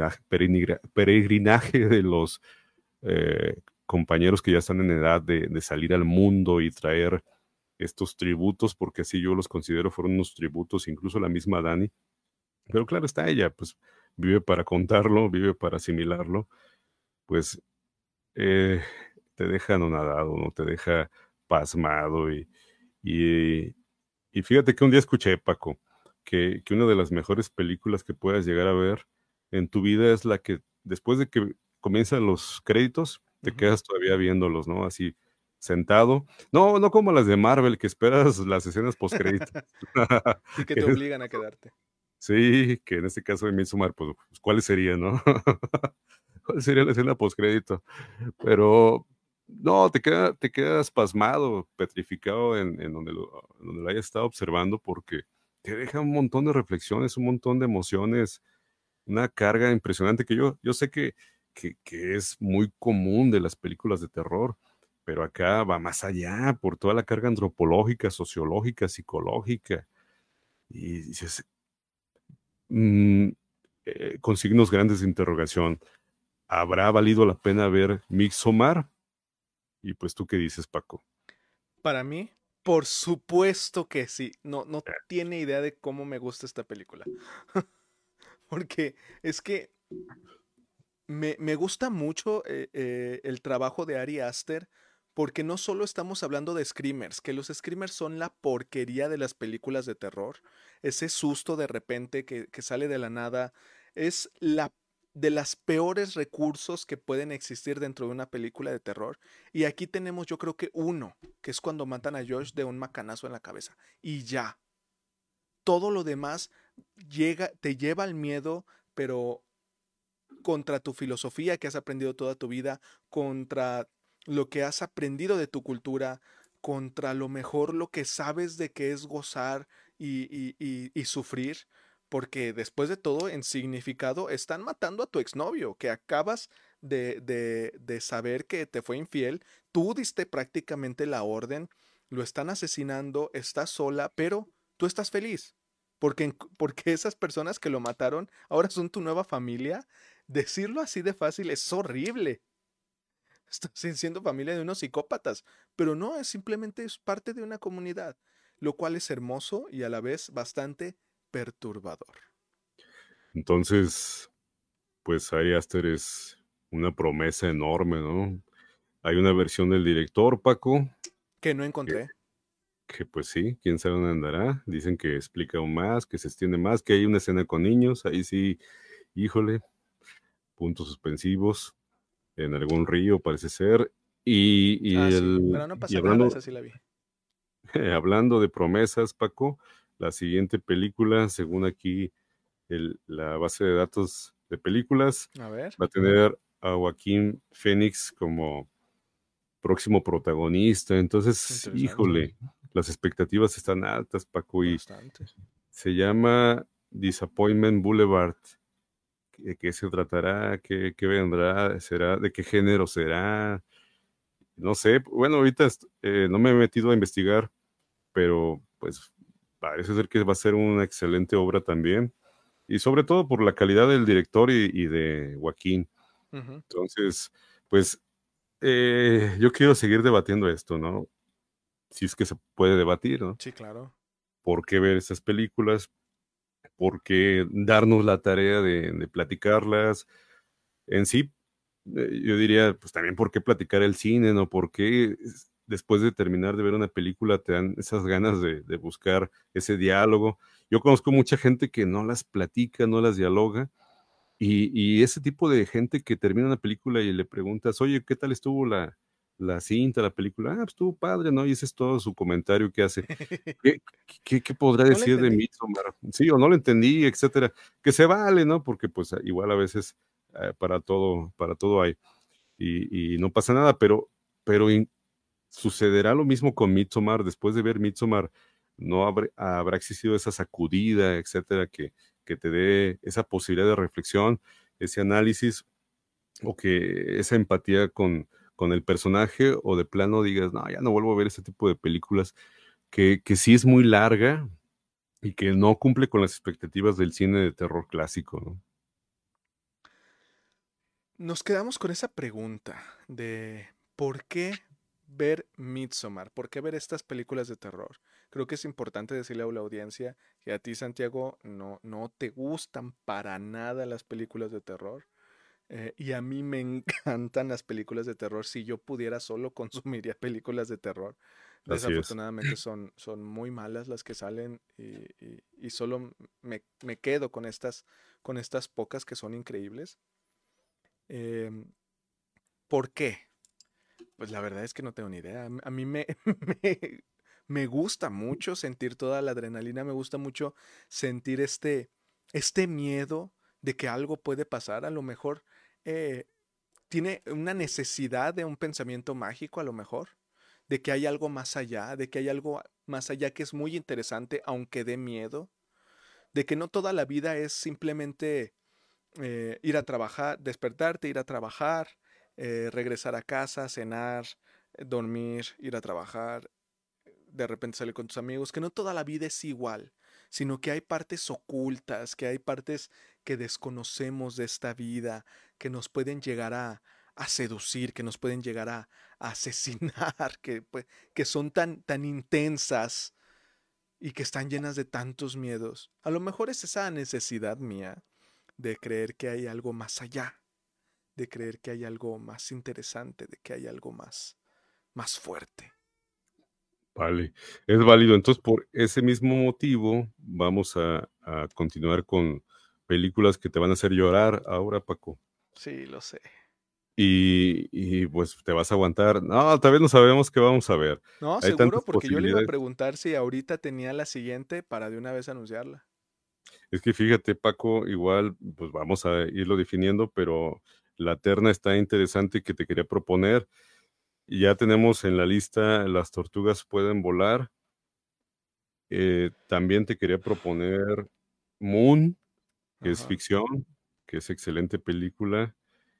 peregrinaje de los compañeros que ya están en edad de salir al mundo y traer estos tributos, porque así yo los considero fueron unos tributos, incluso la misma Dani. Pero claro está ella, pues vive para contarlo, vive para asimilarlo, pues eh, te deja anonadado, ¿no? Te deja pasmado y, y fíjate que un día escuché, Paco, que una de las mejores películas que puedas llegar a ver en tu vida es la que después de que comienzan los créditos, te Ujú. quedas todavía viéndolos, ¿no? Así sentado. No, no como las de Marvel, que esperas las escenas postcréditos. Sí que te Que obligan a quedarte. sí, que en este caso de Midsommar, pues ¿cuáles serían, no? ¿Cuál sería la escena postcrédito? Pero no, te quedas pasmado, petrificado en donde lo hayas estado observando, porque te deja un montón de reflexiones, un montón de emociones, una carga impresionante que yo sé que es muy común de las películas de terror, pero acá va más allá por toda la carga antropológica, sociológica, psicológica, y dices, mm, con signos grandes de interrogación, ¿habrá valido la pena ver Midsommar? Y pues tú qué dices, Paco. Para mí, por supuesto que sí. No, no tiene idea de cómo me gusta esta película. Porque es que me gusta mucho el trabajo de Ari Aster, porque no solo estamos hablando de screamers, que los screamers son la porquería de las películas de terror, ese susto de repente que sale de la nada, es la de las peores recursos que pueden existir dentro de una película de terror. Y aquí tenemos yo creo que uno, que es cuando matan a Josh de un macanazo en la cabeza. Y ya, todo lo demás te lleva al miedo, pero contra tu filosofía que has aprendido toda tu vida, contra lo que has aprendido de tu cultura, contra lo mejor lo que sabes de que es gozar y sufrir, porque después de todo, en significado, están matando a tu exnovio, que acabas de saber que te fue infiel, tú diste prácticamente la orden, lo están asesinando, estás sola, pero tú estás feliz. Porque esas personas que lo mataron ahora son tu nueva familia. Decirlo así de fácil es horrible. Estás siendo familia de unos psicópatas, pero no, es simplemente es parte de una comunidad, lo cual es hermoso y a la vez bastante perturbador. Entonces, pues Ari Aster es una promesa enorme, ¿no? Hay una versión del director, Paco, Que no que, encontré. que pues sí, quién sabe dónde andará. Dicen que explica aún más, que se extiende más, que hay una escena con niños, ahí sí, híjole, puntos suspensivos, en algún río parece ser. Y, Ah, y, sí, el, pero no y pasa nada, hablando, esa sí la vi. hablando de promesas, Paco, la siguiente película, según aquí la base de datos de películas, A ver, va a tener a Joaquín Phoenix como próximo protagonista. Entonces, interesante, híjole, las expectativas están altas, Paco, y bastante. se llama Disappointment Boulevard. ¿De qué se tratará? ¿Qué vendrá? ¿Será? ¿De qué género será? No sé. Bueno, ahorita no me he metido a investigar, pero pues parece ser que va a ser una excelente obra también. Y sobre todo por la calidad del director y de Joaquín. Ujú. Entonces, pues yo quiero seguir debatiendo esto, ¿no? Si es que se puede debatir, ¿no? Sí, claro. ¿Por qué ver estas películas? ¿Por qué darnos la tarea de platicarlas? En sí, yo diría, pues también por qué platicar el cine, ¿no? ¿Por qué después de terminar de ver una película te dan esas ganas de buscar ese diálogo? Yo conozco mucha gente que no las platica, no las dialoga, y ese tipo de gente que termina una película y le preguntas, oye, ¿qué tal estuvo la cinta, la película? Ah, pues estuvo padre, ¿no? Y ese es todo su comentario que hace. ¿Qué, qué podrá No la decir de entendí. Midsommar? Sí, o no lo entendí, etcétera. Que se vale, ¿no? Porque pues igual a veces para todo hay. Y no pasa nada, pero sucederá lo mismo con Midsommar. Después de ver Midsommar, no habrá existido esa sacudida, etcétera, que te dé esa posibilidad de reflexión, ese análisis, o que esa empatía con el personaje, o de plano digas, no, ya no vuelvo a ver ese tipo de películas, que sí es muy larga y que no cumple con las expectativas del cine de terror clásico, ¿no? Nos quedamos con esa pregunta de ¿por qué ver Midsommar? ¿Por qué ver estas películas de terror? Creo que es importante decirle a la audiencia que a ti, Santiago, no te gustan para nada las películas de terror. Y a mí me encantan las películas de terror. Si yo pudiera, solo consumiría películas de terror. Así es. Desafortunadamente son muy malas las que salen y solo me quedo con estas pocas que son increíbles. Em, ¿Por qué? Pues la verdad es que no tengo ni idea. A mí me, me gusta mucho sentir toda la adrenalina, me gusta mucho sentir este miedo de que algo puede pasar. A lo mejor eh, tiene una necesidad de un pensamiento mágico, a lo mejor, de que hay algo más allá, de que hay algo más allá que es muy interesante, aunque dé miedo, de que no toda la vida es simplemente ir a trabajar, despertarte, ir a trabajar, regresar a casa, cenar, dormir, ir a trabajar, de repente salir con tus amigos, que no toda la vida es igual, sino que hay partes ocultas, que hay partes que desconocemos de esta vida, que nos pueden llegar a seducir, que nos pueden llegar a asesinar, que son tan intensas y que están llenas de tantos miedos. A lo mejor es esa necesidad mía de creer que hay algo más allá, de creer que hay algo más interesante, de que hay algo más fuerte. Vale, es válido. Entonces, por ese mismo motivo, vamos a continuar con películas que te van a hacer llorar ahora, Paco. Sí, lo sé. Y pues te vas a aguantar. No, tal vez no sabemos qué vamos a ver. No, Hay seguro, tantas porque yo le iba a posibilidades. preguntar si ahorita tenía la siguiente para de una vez anunciarla. Es que fíjate, Paco, igual, pues vamos a irlo definiendo, pero la terna está interesante que te quería proponer. Ya tenemos en la lista Las tortugas pueden volar. También te quería proponer Moon, que es Ajá. ficción, que es excelente película.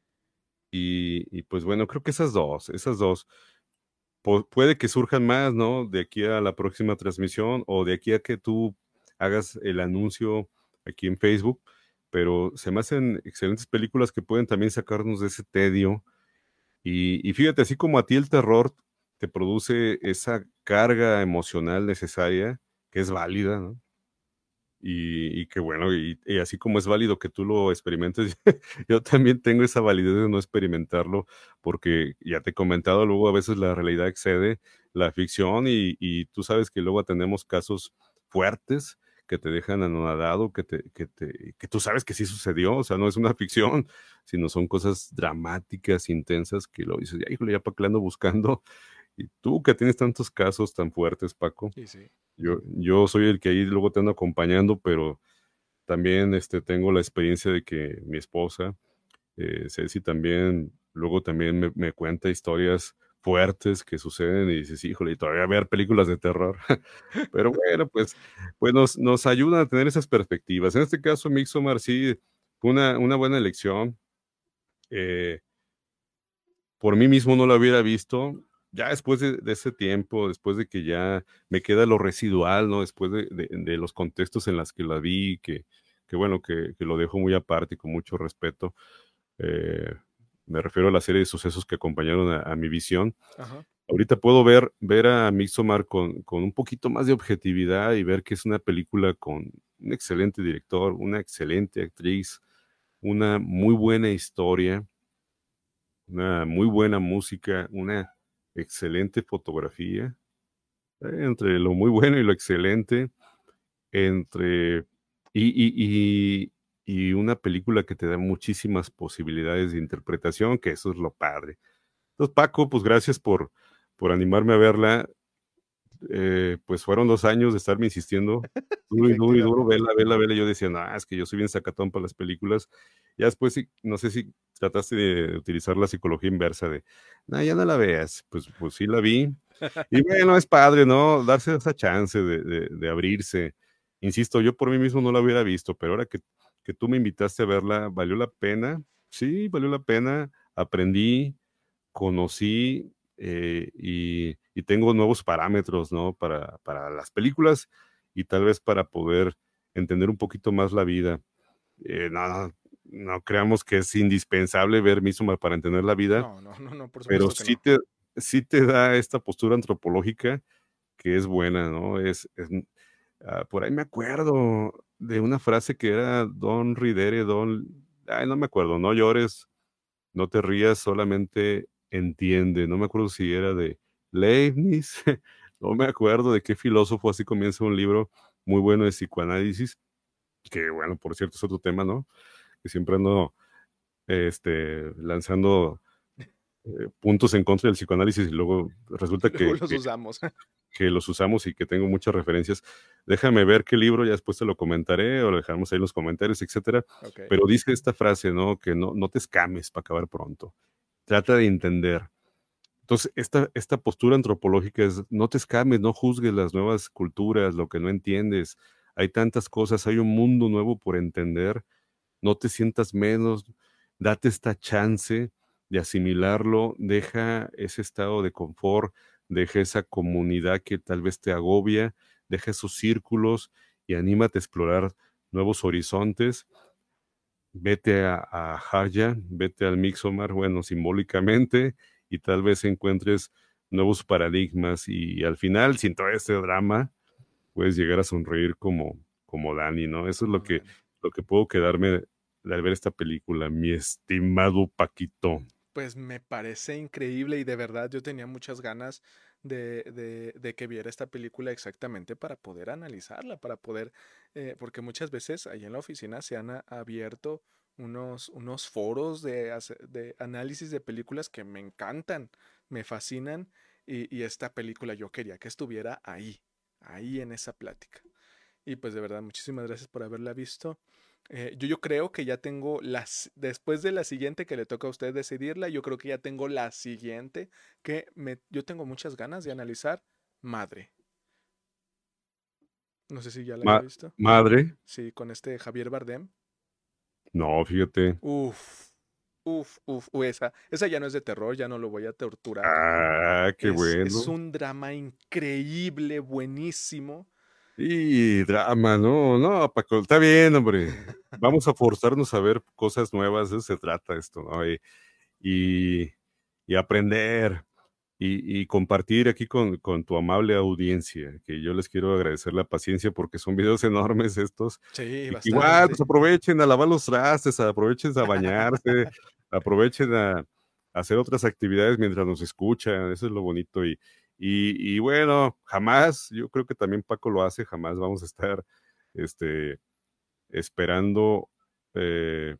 Y pues bueno, creo que esas dos. Puede que surjan más, ¿no? De aquí a la próxima transmisión o de aquí a que tú hagas el anuncio aquí en Facebook, pero se me hacen excelentes películas que pueden también sacarnos de ese tedio. Y fíjate, así como a ti el terror te produce esa carga emocional necesaria, que es válida, ¿no? Y que bueno, y así como es válido que tú lo experimentes, yo también tengo esa validez de no experimentarlo, porque ya te he comentado, luego a veces la realidad excede la ficción y tú sabes que luego tenemos casos fuertes que te dejan anonadado, que tú sabes que sí sucedió, o sea, no es una ficción, sino son cosas dramáticas, intensas, que lo dices, ya, híjole, ya para qué le ando buscando. Y tú que tienes tantos casos tan fuertes, Paco, Sí, sí. yo soy el que ahí luego te ando acompañando, pero también tengo la experiencia de que mi esposa, Ceci, también, luego también me cuenta historias fuertes que suceden y dices, híjole, y todavía ver películas de terror. Pero bueno, pues nos ayuda a tener esas perspectivas. En este caso, Midsommar sí fue una buena elección. Eh, por mí mismo no la hubiera visto. Ya después de ese tiempo, después de que ya me queda lo residual, ¿no? Después de los contextos en los que la vi, que bueno, que lo dejo muy aparte y con mucho respeto. eh, Me refiero a la serie de sucesos que acompañaron a mi visión. Ajá. Ahorita puedo ver a Midsommar con un poquito más de objetividad y ver que es una película con un excelente director, una excelente actriz, una muy buena historia, una muy buena música, una excelente fotografía, entre lo muy bueno y lo excelente, entre y una película que te da muchísimas posibilidades de interpretación, que eso es lo padre. Entonces, Paco, pues gracias por animarme a verla. Pues fueron 2 años de estarme insistiendo, duro y duro y duro, Efectivamente. vela, vela, vela. Yo decía, no, es que yo soy bien sacatón para las películas. Ya después, sí, no sé si trataste de utilizar la psicología inversa de, no, ya no la veas. Pues sí la vi. Y bueno, es padre, ¿no? Darse esa chance de abrirse. Insisto, yo por mí mismo no la hubiera visto, pero ahora que tú me invitaste a verla, ¿valió la pena? Sí, valió la pena. Aprendí, conocí y tengo nuevos parámetros, ¿no? Para las películas y tal vez para poder entender un poquito más la vida. No creamos que es indispensable ver Midsommar para entender la vida, No, no, no, no, por pero supuesto que no. sí te da esta postura antropológica que es buena, ¿no? Por ahí me acuerdo de una frase que era Don Ridere, ay, no me acuerdo, no llores, no te rías, solamente entiende. No me acuerdo si era de Leibniz, no me acuerdo de qué filósofo, así comienza un libro muy bueno de psicoanálisis, que bueno, por cierto es otro tema, ¿no? Que siempre ando lanzando puntos en contra del psicoanálisis y luego resulta Y luego los usamos. que los usamos y que tengo muchas referencias. Déjame ver qué libro, ya después te lo comentaré o lo dejamos ahí en los comentarios, etcétera. Ok. Pero dice esta frase, ¿no? Que no te escames para acabar pronto. Trata de entender. Entonces, esta postura antropológica es, no te escames, no juzgues las nuevas culturas, lo que no entiendes. Hay tantas cosas, hay un mundo nuevo por entender. No te sientas menos, date esta chance de asimilarlo, deja ese estado de confort, deja esa comunidad que tal vez te agobia, deja esos círculos y anímate a explorar nuevos horizontes. Vete a Harja, vete al Mixomar, bueno, simbólicamente, y tal vez encuentres nuevos paradigmas y al final, sin todo este drama, puedes llegar a sonreír como Dani, ¿no? Eso es Como Dani. lo que puedo quedarme al ver esta película, mi estimado Paquito. Pues me parece increíble y de verdad yo tenía muchas ganas de que viera esta película exactamente para poder analizarla, para poder, porque muchas veces ahí en la oficina se han abierto unos foros de análisis de películas que me encantan, me fascinan y esta película yo quería que estuviera ahí, ahí en esa plática. Y pues de verdad, muchísimas gracias por haberla visto. Yo creo que ya tengo después de la siguiente que le toca a usted decidirla, yo creo que ya tengo la siguiente yo tengo muchas ganas de analizar. Madre. No sé si ya la haya Ma- visto. Madre, Sí, con este Javier Bardem. no, fíjate. Uf, esa ya no es de terror, ya no lo voy a torturar. Ah, qué Es bueno. un drama increíble, buenísimo. Y drama, no, no, Paco, está bien, hombre. Vamos a forzarnos a ver cosas nuevas, de eso se trata esto, ¿no? Y, y aprender y compartir aquí con tu amable audiencia, que yo les quiero agradecer la paciencia porque son videos enormes estos, Sí, y que igual, pues bastante. aprovechen a lavar los trastes, aprovechen a bañarse, aprovechen a hacer otras actividades mientras nos escuchan, eso es lo bonito, y bueno, jamás, yo creo que también Paco lo hace, jamás vamos a estar, este, esperando, eh,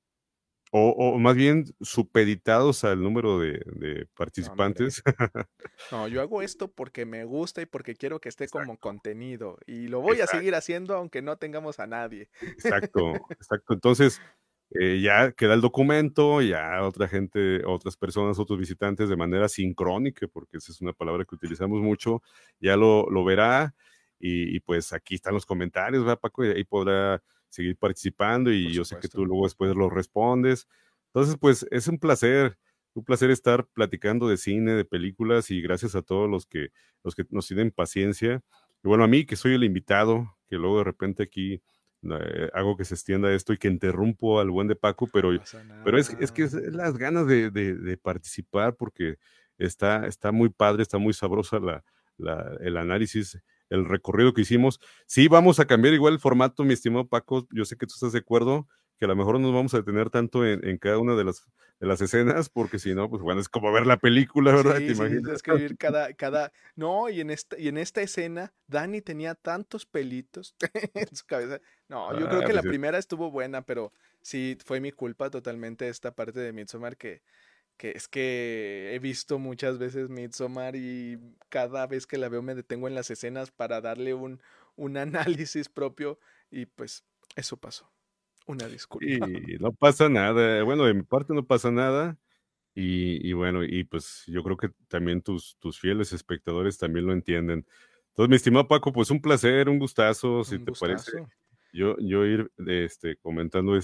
o más bien supeditados al número de No, hombre. participantes. No, yo hago esto porque me gusta y porque quiero que esté como Exacto, contenido. Y lo voy a exacto, seguir haciendo aunque no tengamos a nadie. exacto, exacto. Entonces, ya queda el documento, ya otra gente, otras personas, otros visitantes de manera sincrónica, porque esa es una palabra que utilizamos mucho, ya lo verá y pues aquí están los comentarios, ¿verdad, Paco? Y ahí podrá seguir participando y Por yo sé que tú supuesto. luego después lo respondes. Entonces, pues es un placer estar platicando de cine, de películas y gracias a todos los que nos tienen paciencia. Y bueno, a mí que soy el invitado, que luego de repente aquí hago que se extienda esto y que interrumpo al buen de Paco, No pero, pasa pero es que nada. es las ganas de participar porque está muy padre, está muy sabrosa el análisis, el recorrido que hicimos. Sí, vamos a cambiar igual el formato, mi estimado Paco, yo sé que tú estás de acuerdo, que a lo mejor no nos vamos a detener tanto en cada una de las escenas, porque si no, pues bueno, es como ver la película, ¿verdad? ¿Te Sí, sí, imaginas? describir cada. No, y en esta escena, Dani tenía tantos pelitos en su cabeza. No, yo creo Ah, que la pues primera estuvo buena, pero sí, fue mi culpa totalmente esta parte de Midsommar que es que he visto muchas veces Midsommar y cada vez que la veo me detengo en las escenas para darle un análisis propio y pues eso pasó. Una disculpa. y no pasa nada. Bueno, de mi parte no pasa nada. Y bueno, y pues yo creo que también tus fieles espectadores también lo entienden. Entonces, mi estimado Paco, pues un placer, un gustazo, si Un te parece, gustazo. yo ir comentando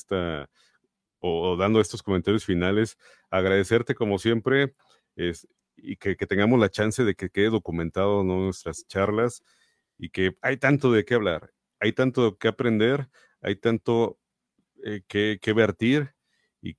o dando estos comentarios finales, agradecerte como siempre, y que tengamos la chance de que quede documentado, ¿no? Nuestras charlas y que hay tanto de qué hablar, hay tanto que aprender, hay tanto que vertir y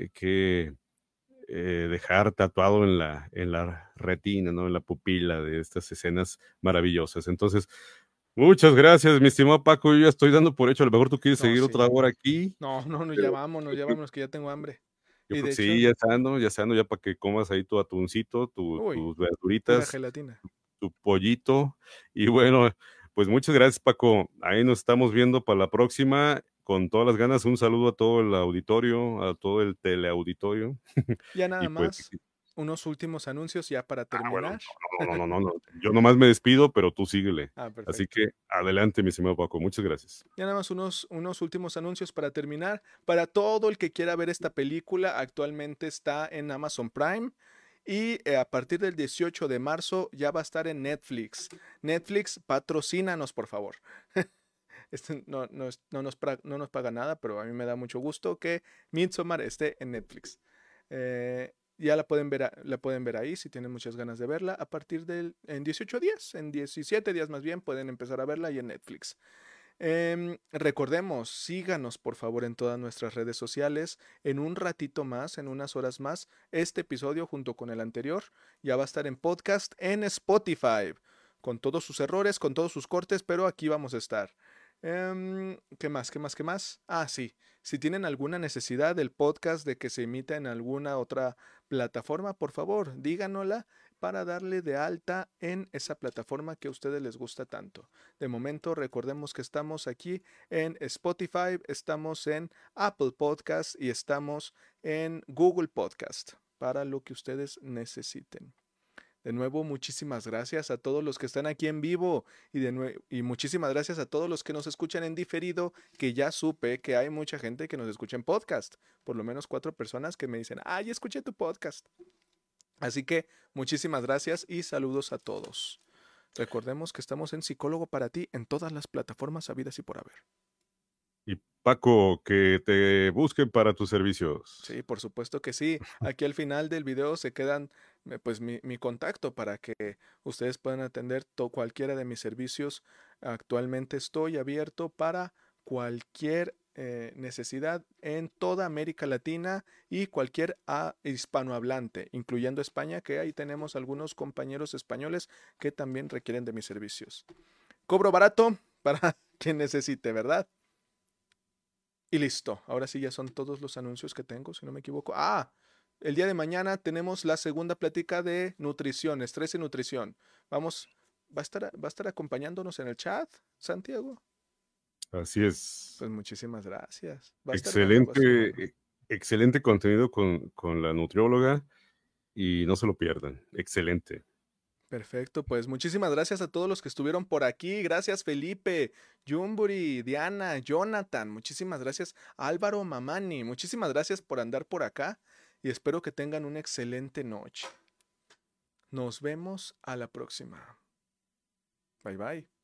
que dejar tatuado en la retina, ¿no? En la pupila de estas escenas maravillosas. Entonces, muchas gracias, mi estimado Paco. Yo ya estoy dando por hecho, a lo mejor tú quieres No, seguir otra sí. hora aquí, No, no, no, pero ya vámonos, que ya tengo hambre. yo Y creo de que sí, hecho, ya estando, ya para que comas ahí tu atuncito, uy, tus pura verduritas, gelatina. tu pollito. Y bueno, pues muchas gracias, Paco. Ahí nos estamos viendo para la próxima. Con todas las ganas, un saludo a todo el auditorio, a todo el teleauditorio. Ya Y nada pues más, unos últimos anuncios ya para bueno, terminar. no, no, no, no, no. Yo nomás me despido, pero tú síguele. Ah, Así perfecto. que adelante, mi estimado Paco. Muchas gracias. Ya nada más unos últimos anuncios para terminar. Para todo el que quiera ver esta película, actualmente está en Amazon Prime. Y a partir del 18 de marzo ya va a estar en Netflix. Netflix, patrocínanos, por favor. No nos paga nada, pero a mí me da mucho gusto que Midsommar esté en Netflix. Ya la pueden ver ahí si tienen muchas ganas de verla. En 18 días, en 17 días más bien, pueden empezar a verla ahí en Netflix. Recordemos, síganos por favor en todas nuestras redes sociales. En un ratito más, en unas horas más, este episodio junto con el anterior ya va a estar en podcast en Spotify, con todos sus errores, con todos sus cortes, pero aquí vamos a estar. ¿Qué más? ¿Qué más? ¿Qué más? Ah, sí. Si tienen alguna necesidad del podcast de que se emita en alguna otra plataforma, por favor, díganosla para darle de alta en esa plataforma que a ustedes les gusta tanto. De momento, recordemos que estamos aquí en Spotify, estamos en Apple Podcast y estamos en Google Podcast para lo que ustedes necesiten. De nuevo, muchísimas gracias a todos los que están aquí en vivo y muchísimas gracias a todos los que nos escuchan en diferido, que ya supe que hay mucha gente que nos escucha en podcast. Por lo menos 4 personas que me dicen, ay, escuché tu podcast. Así que muchísimas gracias y saludos a todos. Recordemos que estamos en Psicólogo para ti en todas las plataformas habidas y por haber. Y Paco, que te busquen para tus servicios. Sí, por supuesto que sí. Aquí al final del video se quedan pues mi contacto para que ustedes puedan atender cualquiera de mis servicios. Actualmente estoy abierto para cualquier necesidad en toda América Latina y cualquier hispanohablante, incluyendo España, que ahí tenemos algunos compañeros españoles que también requieren de mis servicios. Cobro barato para quien necesite, ¿verdad? Y listo. Ahora sí ya son todos los anuncios que tengo, si no me equivoco. El día de mañana tenemos la segunda plática de nutrición, estrés y nutrición. Va a estar acompañándonos en el chat, Santiago. Así es. Pues muchísimas gracias. Va a estar bueno, va a estar bueno. Excelente contenido con la nutrióloga y no se lo pierdan. Excelente. Perfecto, pues muchísimas gracias a todos los que estuvieron por aquí. Gracias Felipe, Jumburi, Diana, Jonathan. Muchísimas gracias Álvaro Mamani. Muchísimas gracias por andar por acá y espero que tengan una excelente noche. Nos vemos a la próxima. Bye bye.